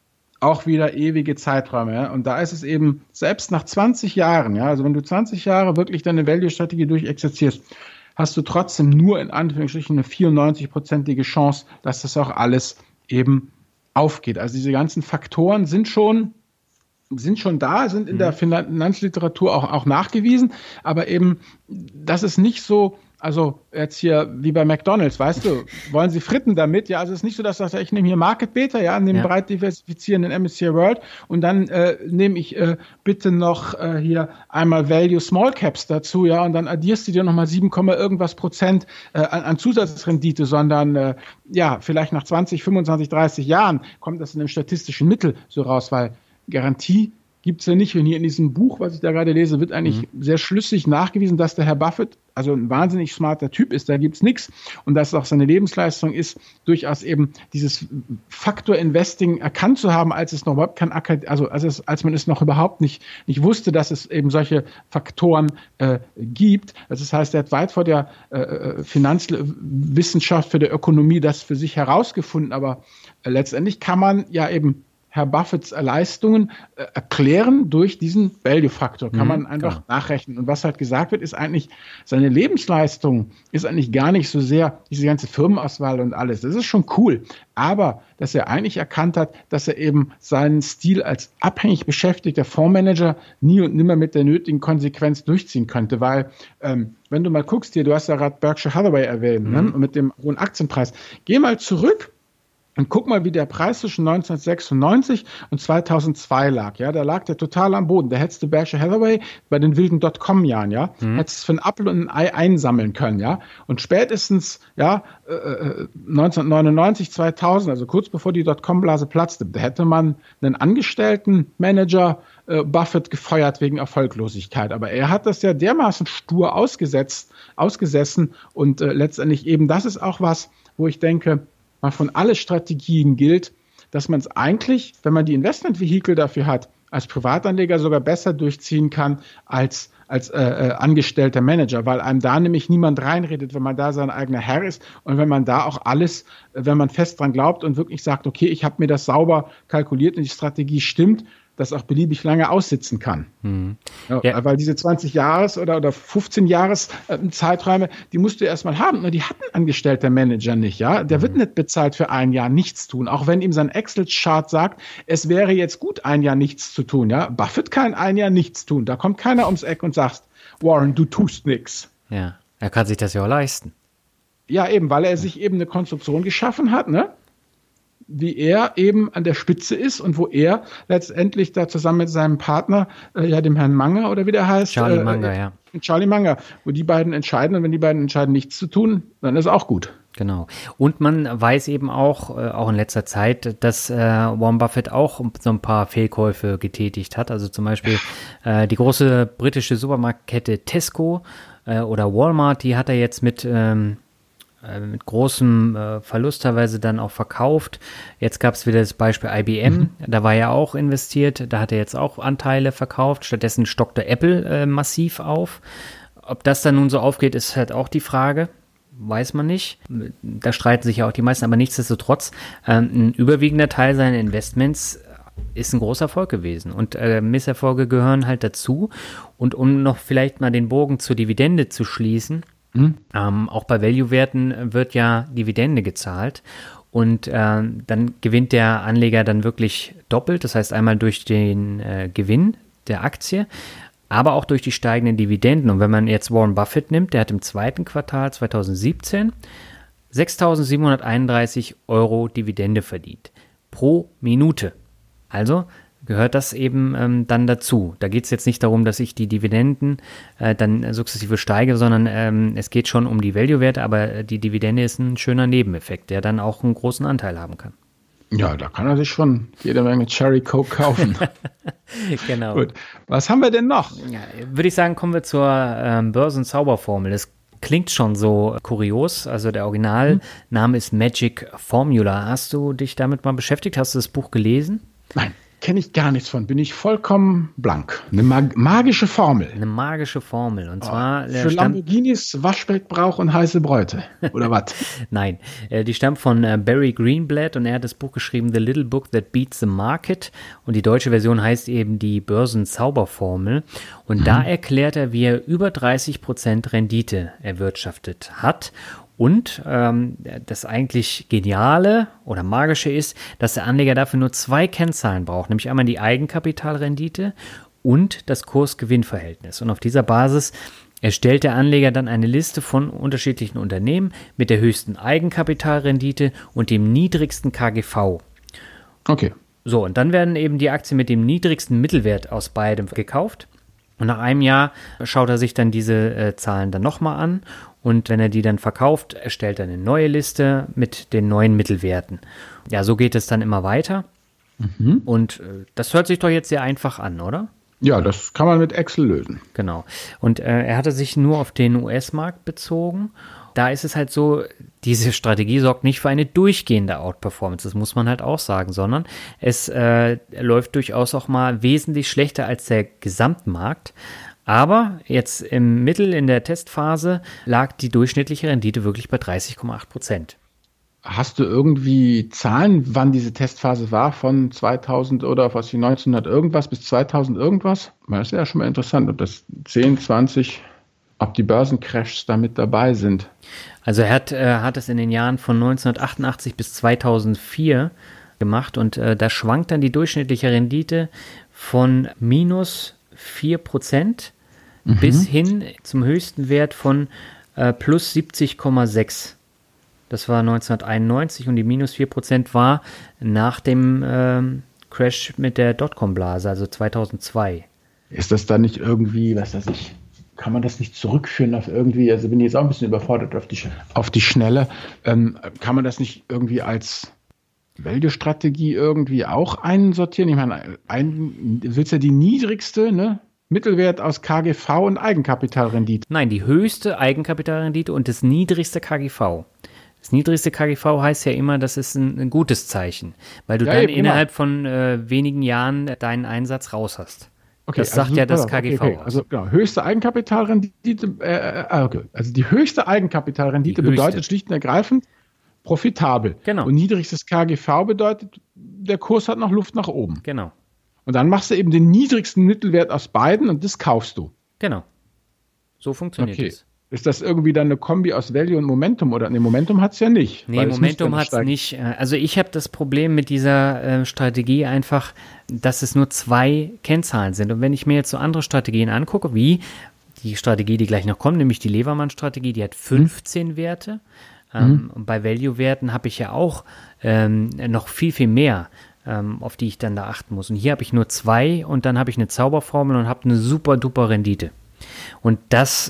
auch wieder ewige Zeiträume. Ja? Und da ist es eben, selbst nach 20 Jahren, ja, also wenn du 20 Jahre wirklich deine Value-Strategie durchexerzierst, hast du trotzdem nur in Anführungsstrichen eine 94-prozentige Chance, dass das auch alles eben aufgeht. Also diese ganzen Faktoren sind schon da, sind in der Finanzliteratur auch nachgewiesen, aber eben, das ist nicht so, also jetzt hier wie bei McDonald's, weißt du, wollen Sie Fritten damit? Ja, also es ist nicht so, dass ich nehme hier Market Beta, ja, nehme breit diversifizierenden MSCI World und dann nehme ich bitte noch hier einmal Value Small Caps dazu, ja, und dann addierst du dir nochmal 7, irgendwas Prozent an Zusatzrendite, sondern ja, vielleicht nach 20, 25, 30 Jahren kommt das in einem statistischen Mittel so raus, weil Garantie gibt es ja nicht. Und hier in diesem Buch, was ich da gerade lese, wird eigentlich sehr schlüssig nachgewiesen, dass der Herr Buffett also ein wahnsinnig smarter Typ ist. Da gibt es nichts. Und dass auch seine Lebensleistung ist, durchaus eben dieses Faktor Investing erkannt zu haben, als es noch überhaupt als man es noch überhaupt nicht wusste, dass es eben solche Faktoren gibt. Also das heißt, er hat weit vor der Finanzwissenschaft für die Ökonomie das für sich herausgefunden. Aber letztendlich kann man ja eben Herr Buffetts Leistungen erklären durch diesen Value-Faktor. Kann man einfach nachrechnen. Und was halt gesagt wird, ist eigentlich, seine Lebensleistung ist eigentlich gar nicht so sehr diese ganze Firmenauswahl und alles. Das ist schon cool. Aber dass er eigentlich erkannt hat, dass er eben seinen Stil als abhängig beschäftigter Fondsmanager nie und nimmer mit der nötigen Konsequenz durchziehen könnte. Weil, wenn du mal guckst hier, du hast ja gerade Berkshire Hathaway erwähnt, ne, mit dem hohen Aktienpreis. Geh mal zurück und guck mal, wie der Preis zwischen 1996 und 2002 lag. Ja, da lag der total am Boden. Da hättest du Berkshire Hathaway bei den wilden Dotcom-Jahren, ja, hättest es für ein Apfel und ein Ei einsammeln können, ja. Und spätestens, 1999, 2000, also kurz bevor die Dotcom-Blase platzte, da hätte man einen Angestellten-Manager Buffett gefeuert wegen Erfolglosigkeit. Aber er hat das ja dermaßen stur ausgesessen und letztendlich eben, das ist auch was, wo ich denke, mal von alle Strategien gilt, dass man es eigentlich, wenn man die Investmentvehikel dafür hat, als Privatanleger sogar besser durchziehen kann als angestellter Manager, weil einem da nämlich niemand reinredet, wenn man da sein eigener Herr ist und wenn man da auch alles, wenn man fest dran glaubt und wirklich sagt, okay, ich habe mir das sauber kalkuliert und die Strategie stimmt, das auch beliebig lange aussitzen kann. Ja. Weil diese 20 Jahres oder 15 Jahres Zeiträume, die musst du erstmal haben. Nur die hat ein angestellter Manager nicht. Ja, der wird nicht bezahlt für ein Jahr nichts tun. Auch wenn ihm sein Excel-Chart sagt, es wäre jetzt gut, ein Jahr nichts zu tun. Ja, Buffett kann ein Jahr nichts tun. Da kommt keiner ums Eck und sagt, Warren, du tust nichts. Ja, er kann sich das ja auch leisten. Ja, eben, weil er sich eben eine Konstruktion geschaffen hat, ne? Wie er eben an der Spitze ist und wo er letztendlich da zusammen mit seinem Partner, dem Herrn Munger oder wie der heißt. Charlie Munger, ja. Charlie Munger, wo die beiden entscheiden und wenn die beiden entscheiden, nichts zu tun, dann ist auch gut. Genau. Und man weiß eben auch in letzter Zeit, dass Warren Buffett auch so ein paar Fehlkäufe getätigt hat. Also zum Beispiel die große britische Supermarktkette Tesco oder Walmart, die hat er jetzt mit großem Verlust teilweise dann auch verkauft. Jetzt gab es wieder das Beispiel IBM, da war er auch investiert, da hat er jetzt auch Anteile verkauft, stattdessen stockte Apple massiv auf. Ob das dann nun so aufgeht, ist halt auch die Frage, weiß man nicht. Da streiten sich ja auch die meisten, aber nichtsdestotrotz, ein überwiegender Teil seiner Investments ist ein großer Erfolg gewesen und Misserfolge gehören halt dazu. Und um noch vielleicht mal den Bogen zur Dividende zu schließen, auch bei Value-Werten wird ja Dividende gezahlt und dann gewinnt der Anleger dann wirklich doppelt, das heißt einmal durch den Gewinn der Aktie, aber auch durch die steigenden Dividenden. Und wenn man jetzt Warren Buffett nimmt, der hat im zweiten Quartal 2017 6.731 € Dividende verdient pro Minute. Also gehört das eben dann dazu. Da geht es jetzt nicht darum, dass ich die Dividenden dann sukzessive steige, sondern es geht schon um die Value-Werte, aber die Dividende ist ein schöner Nebeneffekt, der dann auch einen großen Anteil haben kann. Ja, da kann er sich schon jede Menge Cherry Coke kaufen. Genau. Gut. Was haben wir denn noch? Ja, würde ich sagen, kommen wir zur Börsenzauberformel. Das klingt schon so kurios. Also der Originalname ist Magic Formula. Hast du dich damit mal beschäftigt? Hast du das Buch gelesen? Nein. kenne ich gar nichts von. Bin ich vollkommen blank. Eine magische Formel. Eine magische Formel. Und zwar für Lamborghinis, Waschbeckbrauch und heiße Bräute. Oder was? Nein, die stammt von Barry Greenblatt und er hat das Buch geschrieben, The Little Book That Beats the Market. Und die deutsche Version heißt eben die Börsenzauberformel. Und da erklärt er, wie er über 30% Rendite erwirtschaftet hat. Und das eigentlich Geniale oder Magische ist, dass der Anleger dafür nur 2 Kennzahlen braucht, nämlich einmal die Eigenkapitalrendite und das Kurs-Gewinn-Verhältnis. Und auf dieser Basis erstellt der Anleger dann eine Liste von unterschiedlichen Unternehmen mit der höchsten Eigenkapitalrendite und dem niedrigsten KGV. Okay. So, und dann werden eben die Aktien mit dem niedrigsten Mittelwert aus beidem gekauft. Und nach einem Jahr schaut er sich dann diese Zahlen dann nochmal an. Und wenn er die dann verkauft, erstellt er eine neue Liste mit den neuen Mittelwerten. Ja, so geht es dann immer weiter. Und das hört sich doch jetzt sehr einfach an, oder? Ja, das kann man mit Excel lösen. Genau. Und er hatte sich nur auf den US-Markt bezogen. Da ist es halt so, diese Strategie sorgt nicht für eine durchgehende Outperformance, das muss man halt auch sagen, sondern es läuft durchaus auch mal wesentlich schlechter als der Gesamtmarkt. Aber jetzt im Mittel in der Testphase lag die durchschnittliche Rendite wirklich bei 30,8%. Hast du irgendwie Zahlen, wann diese Testphase war, von 2000 oder was, 1900 irgendwas bis 2000 irgendwas? Das ist ja schon mal interessant, ob das 10, 20, ob die Börsencrashs da mit dabei sind. Also er hat es in den Jahren von 1988 bis 2004 gemacht und da schwankt dann die durchschnittliche Rendite von minus 4% bis hin zum höchsten Wert von plus 70,6. Das war 1991 und die minus 4% war nach dem Crash mit der Dotcom-Blase, also 2002. Ist das dann nicht irgendwie, was weiß ich, kann man das nicht zurückführen auf irgendwie, also bin ich jetzt auch ein bisschen überfordert auf die Schnelle, kann man das nicht irgendwie als Value-Strategie irgendwie auch einsortieren? Ich meine, willst ja die niedrigste, ne? Mittelwert aus KGV und Eigenkapitalrendite. Nein, die höchste Eigenkapitalrendite und das niedrigste KGV. Das niedrigste KGV heißt ja immer, das ist ein gutes Zeichen, weil du dann innerhalb von wenigen Jahren deinen Einsatz raus hast. Okay, das sagt ja das KGV aus. Also genau, höchste Eigenkapitalrendite, okay. Also die höchste Eigenkapitalrendite bedeutet schlicht und ergreifend profitabel. Genau. Und niedrigstes KGV bedeutet, der Kurs hat noch Luft nach oben. Genau. Und dann machst du eben den niedrigsten Mittelwert aus beiden und das kaufst du. Genau. So funktioniert es. Ist das irgendwie dann eine Kombi aus Value und Momentum? Oder Momentum hat es ja nicht. Nee, Momentum hat es nicht. Also ich habe das Problem mit dieser Strategie einfach, dass es nur 2 Kennzahlen sind. Und wenn ich mir jetzt so andere Strategien angucke, wie die Strategie, die gleich noch kommt, nämlich die Levermann-Strategie, die hat 15 Werte. Und bei Value-Werten habe ich ja auch noch viel, viel mehr, auf die ich dann da achten muss. Und hier habe ich nur 2 und dann habe ich eine Zauberformel und habe eine super duper Rendite. Und das,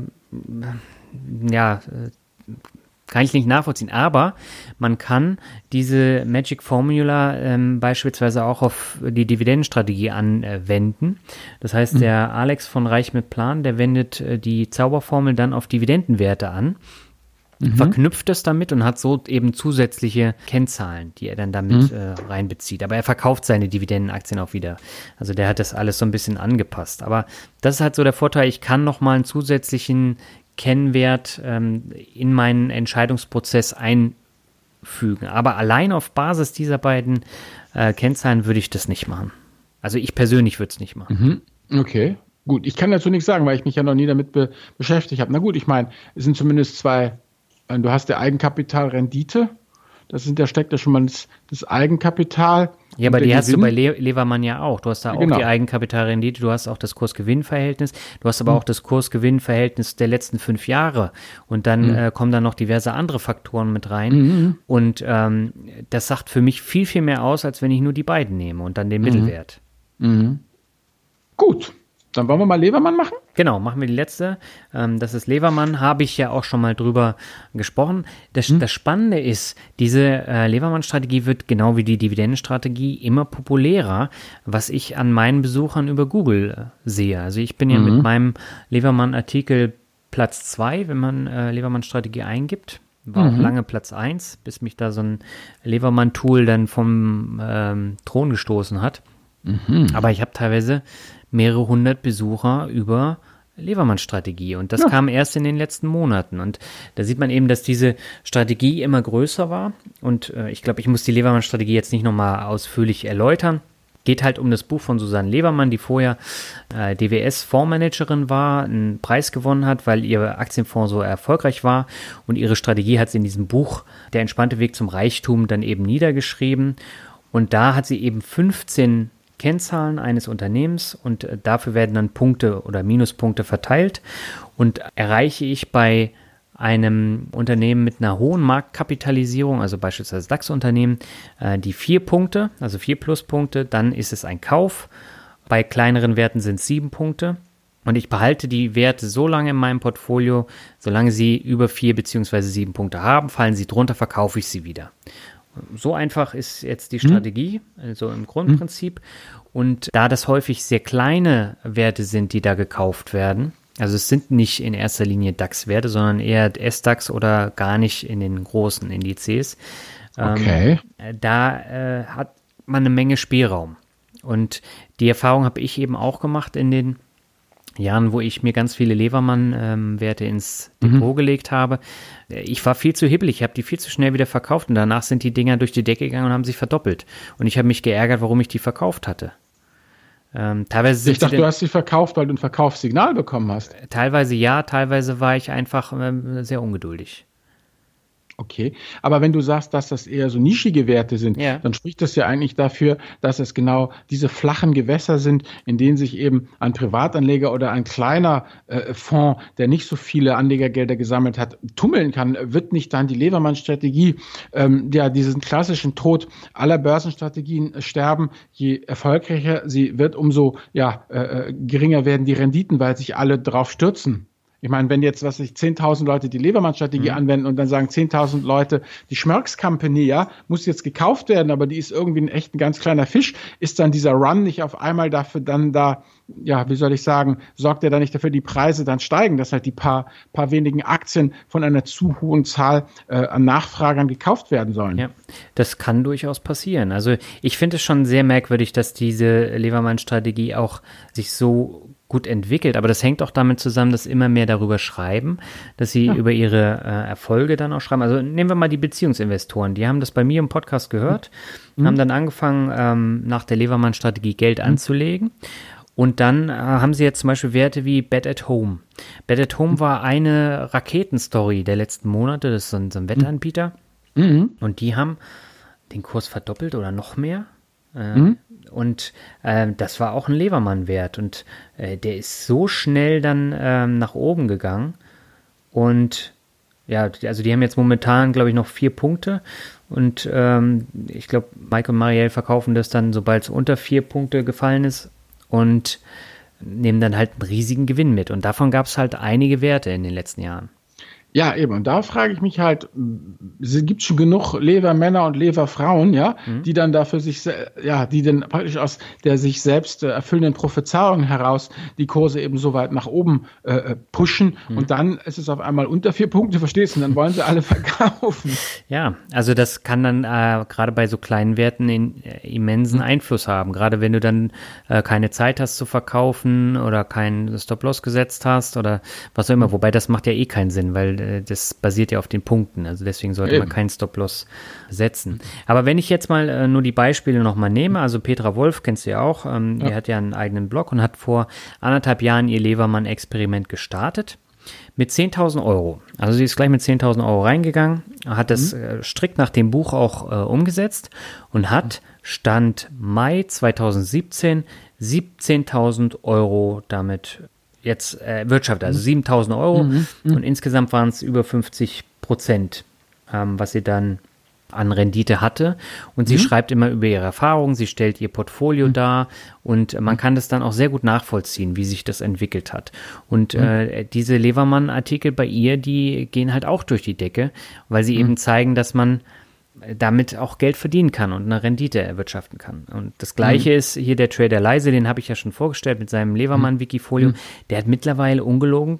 kann ich nicht nachvollziehen. Aber man kann diese Magic Formula beispielsweise auch auf die Dividendenstrategie anwenden. Das heißt, der Alex von Reich mit Plan, der wendet die Zauberformel dann auf Dividendenwerte an. Verknüpft es damit und hat so eben zusätzliche Kennzahlen, die er dann damit reinbezieht. Aber er verkauft seine Dividendenaktien auch wieder. Also der hat das alles so ein bisschen angepasst. Aber das ist halt so der Vorteil, ich kann nochmal einen zusätzlichen Kennwert in meinen Entscheidungsprozess einfügen. Aber allein auf Basis dieser beiden Kennzahlen würde ich das nicht machen. Also ich persönlich würde es nicht machen. Okay, gut. Ich kann dazu nichts sagen, weil ich mich ja noch nie damit beschäftigt habe. Na gut, ich meine, es sind zumindest 2. Du hast der Eigenkapitalrendite, da steckt ja schon mal das Eigenkapital. Ja, aber die hast du bei Levermann ja auch. Du hast da auch die Eigenkapitalrendite, du hast auch das Kurs-Gewinn-Verhältnis, du hast aber auch das Kurs-Gewinn-Verhältnis der letzten 5 Jahre. Und dann kommen da noch diverse andere Faktoren mit rein. Und das sagt für mich viel, viel mehr aus, als wenn ich nur die beiden nehme und dann den Mittelwert. Gut. Dann wollen wir mal Levermann machen? Genau, machen wir die letzte. Das ist Levermann, habe ich ja auch schon mal drüber gesprochen. Das Spannende ist, diese Levermann-Strategie wird genau wie die Dividendenstrategie immer populärer, was ich an meinen Besuchern über Google sehe. Also ich bin ja mit meinem Levermann-Artikel Platz 2, wenn man Levermann-Strategie eingibt. War auch lange Platz 1, bis mich da so ein Levermann-Tool dann vom Thron gestoßen hat. Aber ich habe teilweise mehrere hundert Besucher über Levermann-Strategie und das kam erst in den letzten Monaten und da sieht man eben, dass diese Strategie immer größer war und ich glaube, ich muss die Levermann-Strategie jetzt nicht nochmal ausführlich erläutern. Geht halt um das Buch von Susanne Levermann, die vorher DWS-Fondsmanagerin war, einen Preis gewonnen hat, weil ihr Aktienfonds so erfolgreich war und ihre Strategie hat sie in diesem Buch Der entspannte Weg zum Reichtum dann eben niedergeschrieben und da hat sie eben 15 Kennzahlen eines Unternehmens und dafür werden dann Punkte oder Minuspunkte verteilt und erreiche ich bei einem Unternehmen mit einer hohen Marktkapitalisierung, also beispielsweise DAX-Unternehmen, die 4 Punkte, also 4 Pluspunkte, dann ist es ein Kauf. Bei kleineren Werten sind es 7 Punkte und ich behalte die Werte so lange in meinem Portfolio, solange sie über 4 bzw. 7 Punkte haben, fallen sie drunter, verkaufe ich sie wieder. So einfach ist jetzt die Strategie, also im Grundprinzip. Und da das häufig sehr kleine Werte sind, die da gekauft werden, also es sind nicht in erster Linie DAX-Werte, sondern eher SDAX oder gar nicht in den großen Indizes. Okay. Da hat man eine Menge Spielraum. Und die Erfahrung habe ich eben auch gemacht in den Jahren, wo ich mir ganz viele Levermann-Werte ins Depot gelegt habe. Ich war viel zu hibbelig, ich habe die viel zu schnell wieder verkauft und danach sind die Dinger durch die Decke gegangen und haben sich verdoppelt. Und ich habe mich geärgert, warum ich die verkauft hatte. Teilweise ich dachte, du hast sie verkauft, weil du ein Verkaufssignal bekommen hast. Teilweise ja, teilweise war ich einfach sehr ungeduldig. Okay, aber wenn du sagst, dass das eher so nischige Werte sind, dann spricht das ja eigentlich dafür, dass es genau diese flachen Gewässer sind, in denen sich eben ein Privatanleger oder ein kleiner Fonds, der nicht so viele Anlegergelder gesammelt hat, tummeln kann. Wird nicht dann die Levermann-Strategie diesen klassischen Tod aller Börsenstrategien sterben? Je erfolgreicher sie wird, umso geringer werden die Renditen, weil sich alle drauf stürzen. Ich meine, wenn jetzt, 10.000 Leute die Levermann-Strategie anwenden und dann sagen 10.000 Leute, die Schmörks Company, muss jetzt gekauft werden, aber die ist irgendwie ein ganz kleiner Fisch, ist dann dieser Run nicht auf einmal dafür dann da, sorgt er dann nicht dafür, die Preise dann steigen, dass halt die paar wenigen Aktien von einer zu hohen Zahl an Nachfragern gekauft werden sollen. Ja, das kann durchaus passieren. Also ich finde es schon sehr merkwürdig, dass diese Levermann-Strategie auch sich so gut entwickelt, aber das hängt auch damit zusammen, dass immer mehr darüber schreiben, dass sie über ihre Erfolge dann auch schreiben. Also nehmen wir mal die Beziehungsinvestoren, die haben das bei mir im Podcast gehört, haben dann angefangen, nach der Levermann-Strategie Geld anzulegen und dann haben sie jetzt zum Beispiel Werte wie Bet at Home. Bet at Home war eine Raketenstory der letzten Monate, das ist so ein Wettanbieter und die haben den Kurs verdoppelt oder noch mehr. Und das war auch ein Levermann-Wert und der ist so schnell dann nach oben gegangen und also die haben jetzt momentan, glaube ich, noch 4 Punkte und ich glaube, Mike und Marielle verkaufen das dann, sobald es unter 4 Punkte gefallen ist und nehmen dann halt einen riesigen Gewinn mit und davon gab es halt einige Werte in den letzten Jahren. Ja, eben. Und da frage ich mich halt, gibt es schon genug Levermänner und Leverfrauen, die dann dafür die dann praktisch aus der sich selbst erfüllenden Prophezeiung heraus die Kurse eben so weit nach oben pushen und dann ist es auf einmal unter 4 Punkte, verstehst du? Und dann wollen sie alle verkaufen. Ja, also das kann dann gerade bei so kleinen Werten immensen Einfluss haben. Gerade wenn du dann keine Zeit hast zu verkaufen oder keinen Stop-Loss gesetzt hast oder was auch immer. Wobei das macht ja eh keinen Sinn, weil das basiert ja auf den Punkten, also deswegen sollte man keinen Stop-Loss setzen. Aber wenn ich jetzt mal nur die Beispiele nochmal nehme, also Petra Wolf, kennst du ja auch, die hat ja einen eigenen Blog und hat vor 1,5 Jahren ihr Levermann-Experiment gestartet mit 10.000 Euro. Also sie ist gleich mit 10.000 Euro reingegangen, hat das strikt nach dem Buch auch umgesetzt und hat Stand Mai 2017 17.000 Euro damit jetzt erwirtschaftet, also 7.000 Euro und insgesamt waren es über 50%, was sie dann an Rendite hatte und sie schreibt immer über ihre Erfahrungen, sie stellt ihr Portfolio dar und man kann das dann auch sehr gut nachvollziehen, wie sich das entwickelt hat und diese Levermann-Artikel bei ihr, die gehen halt auch durch die Decke, weil sie eben zeigen, dass man damit auch Geld verdienen kann und eine Rendite erwirtschaften kann. Und das Gleiche ist hier der Trader Leise, den habe ich ja schon vorgestellt mit seinem Levermann-Wikifolio. Der hat mittlerweile ungelogen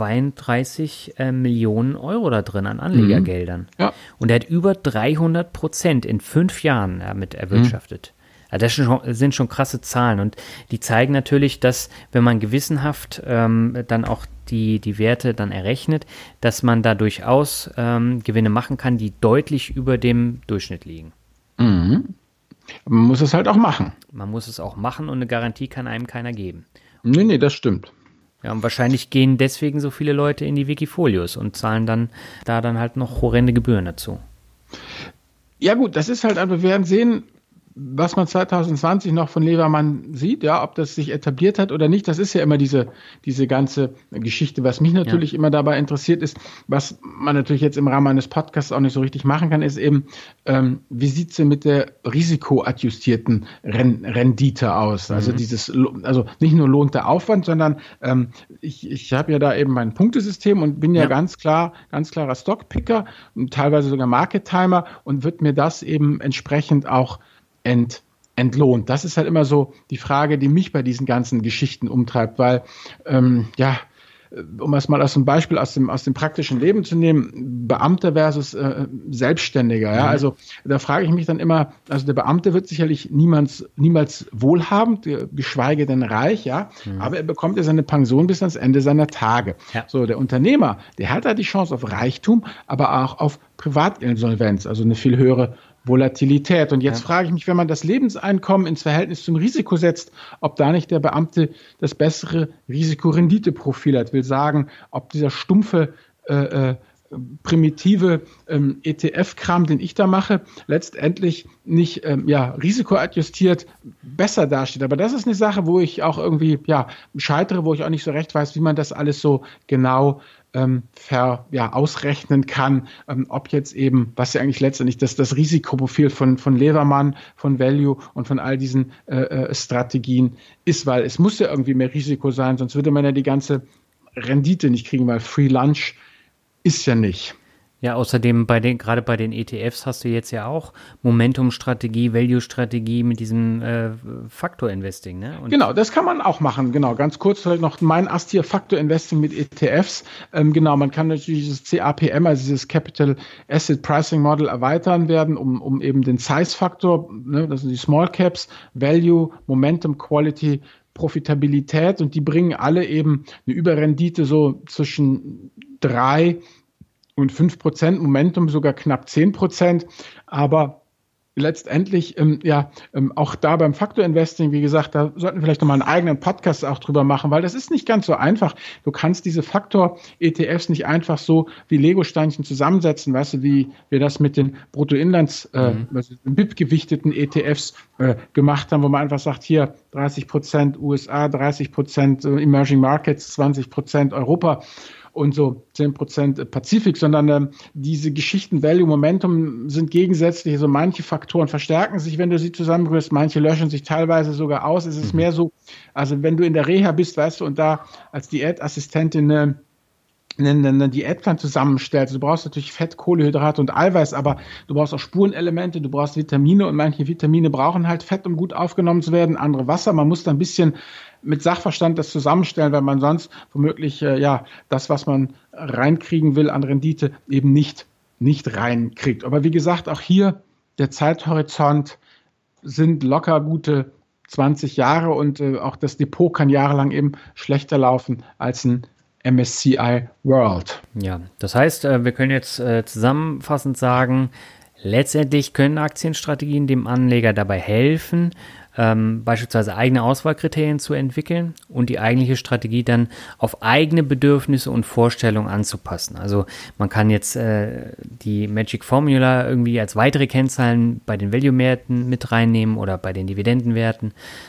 32 Millionen Euro da drin an Anlegergeldern. Ja. Und er hat über 300% in 5 Jahren damit erwirtschaftet. Also das sind schon krasse Zahlen und die zeigen natürlich, dass, wenn man gewissenhaft dann auch die Werte dann errechnet, dass man da durchaus Gewinne machen kann, die deutlich über dem Durchschnitt liegen. Mhm. Man muss es halt auch machen. Man muss es auch machen und eine Garantie kann einem keiner geben. Nee, das stimmt. Ja, und wahrscheinlich gehen deswegen so viele Leute in die Wikifolios und zahlen dann halt noch horrende Gebühren dazu. Ja gut, das ist halt, wir werden sehen, was man 2020 noch von Levermann sieht, ja, ob das sich etabliert hat oder nicht. Das ist ja immer diese ganze Geschichte. Was mich natürlich immer dabei interessiert ist, was man natürlich jetzt im Rahmen eines Podcasts auch nicht so richtig machen kann, ist eben, wie sieht es denn mit der risikoadjustierten Rendite aus? Also also nicht nur lohnt der Aufwand, sondern ich habe ja da eben mein Punktesystem und bin ja ganz klarer Stockpicker und teilweise sogar Market Timer und wird mir das eben entsprechend auch entlohnt. Das ist halt immer so die Frage, die mich bei diesen ganzen Geschichten umtreibt, weil, um es mal als ein Beispiel aus dem praktischen Leben zu nehmen, Beamter versus Selbstständiger. Ja? Also da frage ich mich dann immer, also der Beamte wird sicherlich niemals wohlhabend, geschweige denn reich, ja, aber er bekommt ja seine Pension bis ans Ende seiner Tage. Ja. So, der Unternehmer, der hat da die Chance auf Reichtum, aber auch auf Privatinsolvenz, also eine viel höhere Volatilität. Und jetzt frage ich mich, wenn man das Lebenseinkommen ins Verhältnis zum Risiko setzt, ob da nicht der Beamte das bessere Risikorenditeprofil hat. Will sagen, ob dieser stumpfe, primitive ETF-Kram, den ich da mache, letztendlich nicht risikoadjustiert besser dasteht. Aber das ist eine Sache, wo ich auch irgendwie scheitere, wo ich auch nicht so recht weiß, wie man das alles so genau ausrechnen kann, ob jetzt eben, was ja eigentlich letztendlich das Risikoprofil von Levermann, von Value und von all diesen Strategien ist, weil es muss ja irgendwie mehr Risiko sein, sonst würde man ja die ganze Rendite nicht kriegen, weil Free Lunch ist ja nicht. Ja, außerdem gerade bei den ETFs hast du jetzt ja auch Momentum-Strategie, Value-Strategie mit diesem Faktor-Investing, ne? Und genau, das kann man auch machen. Genau, ganz kurz vielleicht noch mein Ast hier, Faktor-Investing mit ETFs. Genau, man kann natürlich dieses CAPM, also dieses Capital Asset Pricing Model erweitern werden, um eben den Size-Faktor, ne, das sind die Small Caps, Value, Momentum, Quality, Profitabilität und die bringen alle eben eine Überrendite so zwischen 3 und 5%, Momentum sogar knapp 10%, aber letztendlich, auch da beim Faktor Investing, wie gesagt, da sollten wir vielleicht nochmal einen eigenen Podcast auch drüber machen, weil das ist nicht ganz so einfach. Du kannst diese Faktor-ETFs nicht einfach so wie Lego-Steinchen zusammensetzen, weißt du, wie wir das mit den BIP-gewichteten ETFs gemacht haben, wo man einfach sagt, hier 30% USA, 30% Emerging Markets, 20% Europa und so 10% Pazifik, sondern diese Geschichten Value, Momentum sind gegensätzlich. Also manche Faktoren verstärken sich, wenn du sie zusammenrührst, manche löschen sich teilweise sogar aus. Es ist mehr so, also wenn du in der Reha bist, weißt du, und da als Diätassistentin einen Diätplan zusammenstellst. Du brauchst natürlich Fett, Kohlenhydrate und Eiweiß, aber du brauchst auch Spurenelemente, du brauchst Vitamine und manche Vitamine brauchen halt Fett, um gut aufgenommen zu werden, andere Wasser. Man muss da ein bisschen mit Sachverstand das zusammenstellen, weil man sonst womöglich das, was man reinkriegen will an Rendite, eben nicht reinkriegt. Aber wie gesagt, auch hier der Zeithorizont sind locker gute 20 Jahre und auch das Depot kann jahrelang eben schlechter laufen als ein MSCI World. Ja, das heißt, wir können jetzt zusammenfassend sagen, letztendlich können Aktienstrategien dem Anleger dabei helfen, beispielsweise eigene Auswahlkriterien zu entwickeln und die eigentliche Strategie dann auf eigene Bedürfnisse und Vorstellungen anzupassen. Also man kann jetzt die Magic Formula irgendwie als weitere Kennzahlen bei den Value-Werten mit reinnehmen oder bei den Dividendenwerten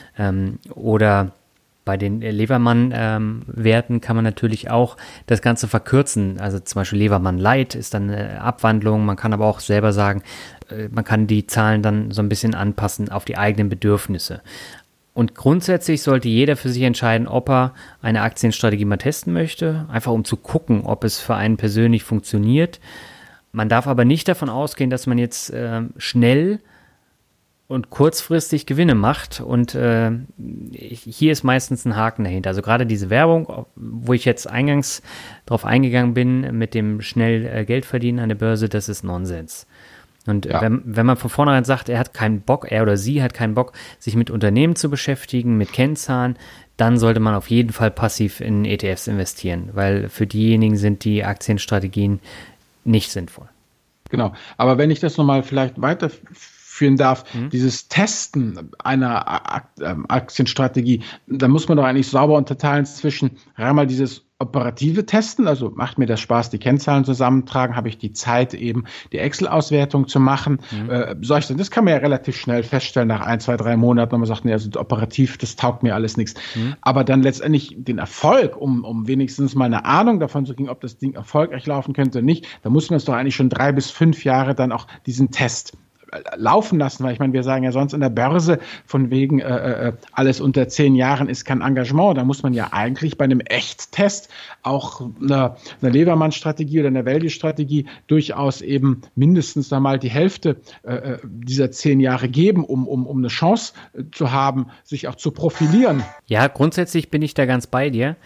oder bei den Levermann-Werten kann man natürlich auch das Ganze verkürzen. Also zum Beispiel Levermann Light ist dann eine Abwandlung. Man kann aber auch selber sagen, man kann die Zahlen dann so ein bisschen anpassen auf die eigenen Bedürfnisse. Und grundsätzlich sollte jeder für sich entscheiden, ob er eine Aktienstrategie mal testen möchte, einfach um zu gucken, ob es für einen persönlich funktioniert. Man darf aber nicht davon ausgehen, dass man jetzt schnell und kurzfristig Gewinne macht und hier ist meistens ein Haken dahinter. Also gerade diese Werbung, wo ich jetzt eingangs drauf eingegangen bin mit dem schnell Geld verdienen an der Börse, das ist Nonsens. Und wenn man von vornherein sagt, er oder sie hat keinen Bock, sich mit Unternehmen zu beschäftigen, mit Kennzahlen, dann sollte man auf jeden Fall passiv in ETFs investieren, weil für diejenigen sind die Aktienstrategien nicht sinnvoll. Genau, aber wenn ich das nochmal vielleicht weiterführen darf, dieses Testen einer Aktienstrategie, da muss man doch eigentlich sauber unterteilen zwischen einmal dieses operative Testen, also macht mir das Spaß, die Kennzahlen zusammentragen, habe ich die Zeit eben, die Excel-Auswertung zu machen. Das kann man ja relativ schnell feststellen nach 1, 2, 3 Monaten, wenn man sagt, nee, also operativ, das taugt mir alles nichts. Aber dann letztendlich den Erfolg, um wenigstens mal eine Ahnung davon zu kriegen, ob das Ding erfolgreich laufen könnte oder nicht, da muss man es doch eigentlich schon 3 bis 5 Jahre dann auch diesen Test laufen lassen, weil ich meine, wir sagen ja sonst in der Börse von wegen alles unter 10 Jahren ist kein Engagement. Da muss man ja eigentlich bei einem Echttest auch eine Levermann-Strategie oder eine Value-Strategie durchaus eben mindestens einmal die Hälfte dieser 10 Jahre geben, um eine Chance zu haben, sich auch zu profilieren. Ja, grundsätzlich bin ich da ganz bei dir.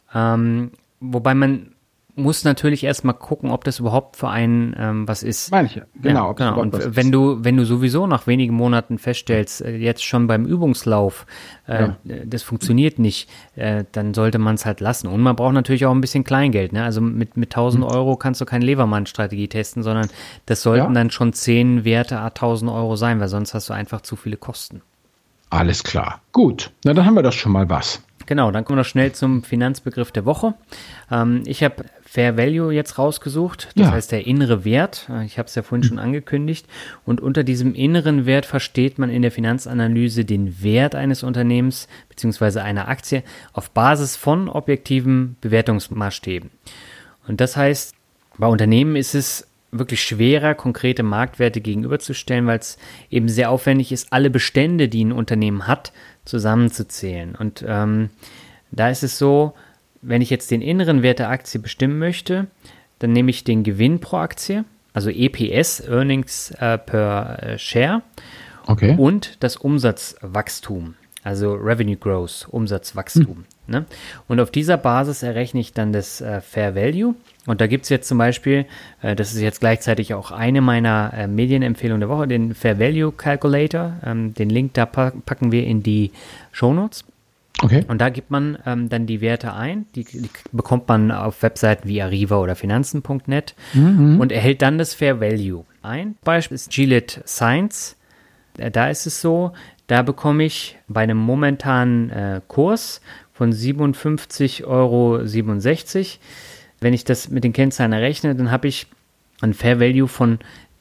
Wobei man muss natürlich erstmal gucken, ob das überhaupt für einen was ist. Manche, genau. Ja, genau. Und wenn du sowieso nach wenigen Monaten feststellst, jetzt schon beim Übungslauf, das funktioniert nicht, dann sollte man es halt lassen. Und man braucht natürlich auch ein bisschen Kleingeld. Ne? Also mit 1.000 Euro kannst du keine Levermann-Strategie testen, sondern das sollten dann schon 10 Werte 1.000 Euro sein, weil sonst hast du einfach zu viele Kosten. Alles klar. Gut, na dann haben wir doch schon mal was. Genau, dann kommen wir noch schnell zum Finanzbegriff der Woche. Ich habe Fair Value jetzt rausgesucht, das heißt der innere Wert. Ich habe es ja vorhin schon angekündigt. Und unter diesem inneren Wert versteht man in der Finanzanalyse den Wert eines Unternehmens bzw. einer Aktie auf Basis von objektiven Bewertungsmaßstäben. Und das heißt, bei Unternehmen ist es wirklich schwerer, konkrete Marktwerte gegenüberzustellen, weil es eben sehr aufwendig ist, alle Bestände, die ein Unternehmen hat, zusammenzuzählen. Und da ist es so, wenn ich jetzt den inneren Wert der Aktie bestimmen möchte, dann nehme ich den Gewinn pro Aktie, also EPS, Earnings per Share, und das Umsatzwachstum, also Revenue Growth, Umsatzwachstum. Ne? Und auf dieser Basis errechne ich dann das Fair Value. Und da gibt es jetzt zum Beispiel, das ist jetzt gleichzeitig auch eine meiner Medienempfehlungen der Woche, den Fair Value Calculator. Den Link da packen wir in die Shownotes. Okay. Und da gibt man dann die Werte ein, die bekommt man auf Webseiten wie Arriva oder Finanzen.net und erhält dann das Fair Value ein. Beispiel ist Gilead Science. Da ist es so, da bekomme ich bei einem momentanen Kurs von 57,67 Euro, wenn ich das mit den Kennzahlen errechne, dann habe ich ein Fair Value von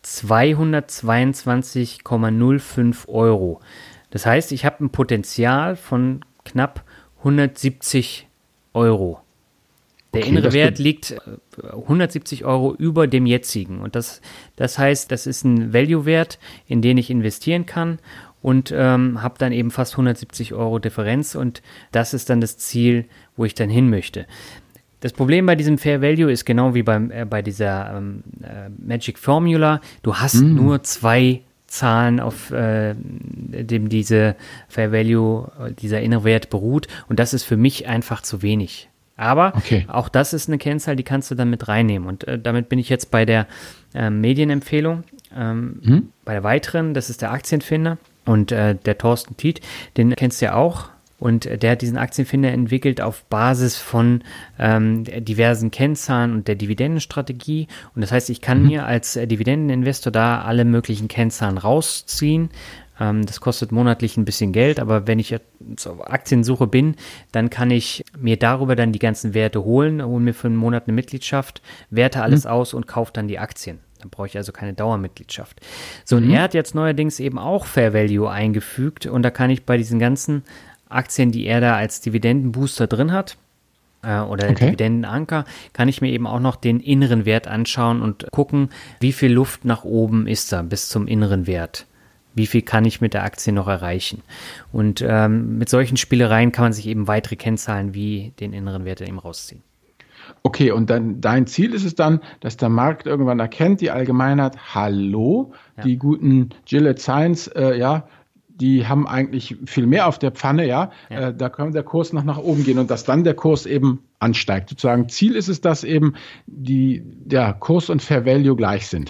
222,05 Euro. Das heißt, ich habe ein Potenzial von knapp 170 Euro. Der innere Wert liegt 170 Euro über dem jetzigen. Und das heißt, das ist ein Value-Wert, in den ich investieren kann und habe dann eben fast 170 Euro Differenz. Und das ist dann das Ziel, wo ich dann hin möchte. Das Problem bei diesem Fair Value ist genau wie bei dieser Magic Formula, du hast nur 2 Zahlen, auf dem diese Fair Value, dieser innere Wert beruht, und das ist für mich einfach zu wenig. Aber auch das ist eine Kennzahl, die kannst du dann mit reinnehmen, und damit bin ich jetzt bei der Medienempfehlung, bei der weiteren, das ist der Aktienfinder, und der Thorsten Tiet, den kennst du ja auch. Und der hat diesen Aktienfinder entwickelt auf Basis von diversen Kennzahlen und der Dividendenstrategie. Und das heißt, ich kann mir als Dividendeninvestor da alle möglichen Kennzahlen rausziehen. Das kostet monatlich ein bisschen Geld, aber wenn ich auf Aktiensuche bin, dann kann ich mir darüber dann die ganzen Werte holen, hole mir für einen Monat eine Mitgliedschaft, werte alles aus und kaufe dann die Aktien. Dann brauche ich also keine Dauermitgliedschaft. So, und er hat jetzt neuerdings eben auch Fair Value eingefügt, und da kann ich bei diesen ganzen Aktien, die er da als Dividendenbooster drin hat, oder Dividendenanker, kann ich mir eben auch noch den inneren Wert anschauen und gucken, wie viel Luft nach oben ist da bis zum inneren Wert. Wie viel kann ich mit der Aktie noch erreichen? Und mit solchen Spielereien kann man sich eben weitere Kennzahlen wie den inneren Wert eben rausziehen. Okay, und dann dein Ziel ist es dann, dass der Markt irgendwann erkennt, die Allgemeinheit, hallo, die guten Gilead Science, die haben eigentlich viel mehr auf der Pfanne, da kann der Kurs noch nach oben gehen, und dass dann der Kurs eben ansteigt. Sozusagen Ziel ist es, dass eben der Kurs und Fair Value gleich sind.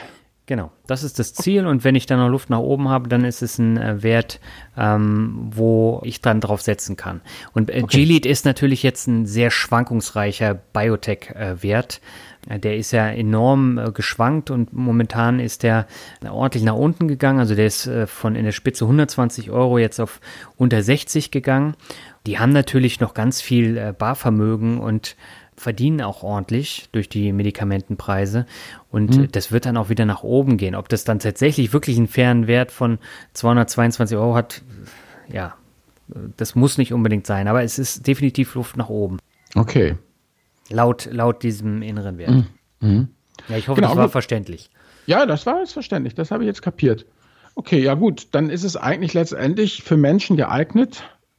Genau, das ist das Ziel und wenn ich dann noch Luft nach oben habe, dann ist es ein Wert, wo ich dann drauf setzen kann. Und Gilead ist natürlich jetzt ein sehr schwankungsreicher Biotech-Wert. Der ist ja enorm geschwankt und momentan ist der ordentlich nach unten gegangen. Also der ist von in der Spitze 120 € jetzt auf unter 60 gegangen. Die haben natürlich noch ganz viel Barvermögen und verdienen auch ordentlich durch die Medikamentenpreise und das wird dann auch wieder nach oben gehen. Ob das dann tatsächlich wirklich einen fairen Wert von 222 € hat, ja, das muss nicht unbedingt sein, aber es ist definitiv Luft nach oben. Okay. Laut diesem inneren Wert. Ja, ich hoffe, das war verständlich. Ja, das war jetzt verständlich, das habe ich jetzt kapiert. Okay, ja gut, dann ist es eigentlich letztendlich für Menschen geeignet,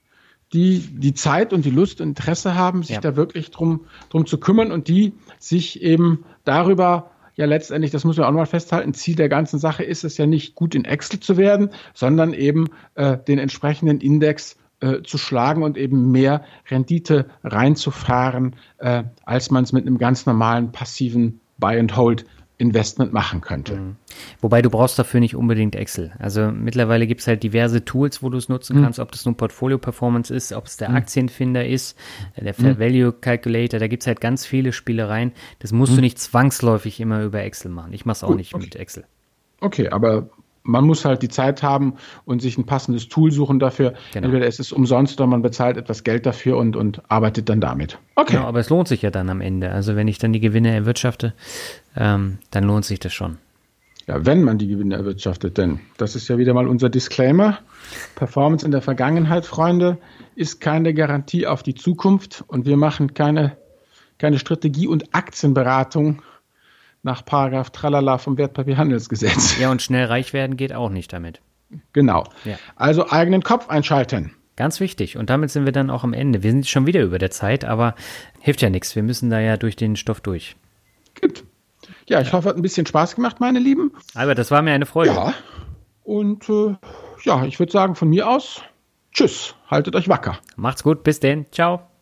die Zeit und die Lust und Interesse haben, sich da wirklich drum zu kümmern und die sich eben darüber, ja letztendlich, das muss man auch nochmal festhalten, Ziel der ganzen Sache ist es ja nicht, gut in Excel zu werden, sondern eben den entsprechenden Index zu schlagen und eben mehr Rendite reinzufahren, als man es mit einem ganz normalen passiven Buy-and-Hold-Investment machen könnte. Wobei du brauchst dafür nicht unbedingt Excel. Also mittlerweile gibt es halt diverse Tools, wo du es nutzen kannst, ob das nun Portfolio-Performance ist, ob es der Aktienfinder ist, der Fair Value Calculator, da gibt es halt ganz viele Spielereien. Das musst du nicht zwangsläufig immer über Excel machen. Ich mache es auch nicht mit Excel. Okay, aber man muss halt die Zeit haben und sich ein passendes Tool suchen dafür. Genau. Entweder es ist umsonst oder man bezahlt etwas Geld dafür und arbeitet dann damit. Okay. Genau, aber es lohnt sich ja dann am Ende. Also wenn ich dann die Gewinne erwirtschafte, dann lohnt sich das schon. Ja, wenn man die Gewinne erwirtschaftet, denn das ist ja wieder mal unser Disclaimer. Performance in der Vergangenheit, Freunde, ist keine Garantie auf die Zukunft und wir machen keine Strategie- und Aktienberatung nach Paragraph Tralala vom Wertpapierhandelsgesetz. Ja, und schnell reich werden geht auch nicht damit. Genau. Ja. Also eigenen Kopf einschalten. Ganz wichtig. Und damit sind wir dann auch am Ende. Wir sind schon wieder über der Zeit, aber hilft ja nichts. Wir müssen da ja durch den Stoff durch. Gut. Ja, ich hoffe, hat ein bisschen Spaß gemacht, meine Lieben. Albert, das war mir eine Freude. Ja. Und ich würde sagen, von mir aus, tschüss. Haltet euch wacker. Macht's gut. Bis denn. Ciao.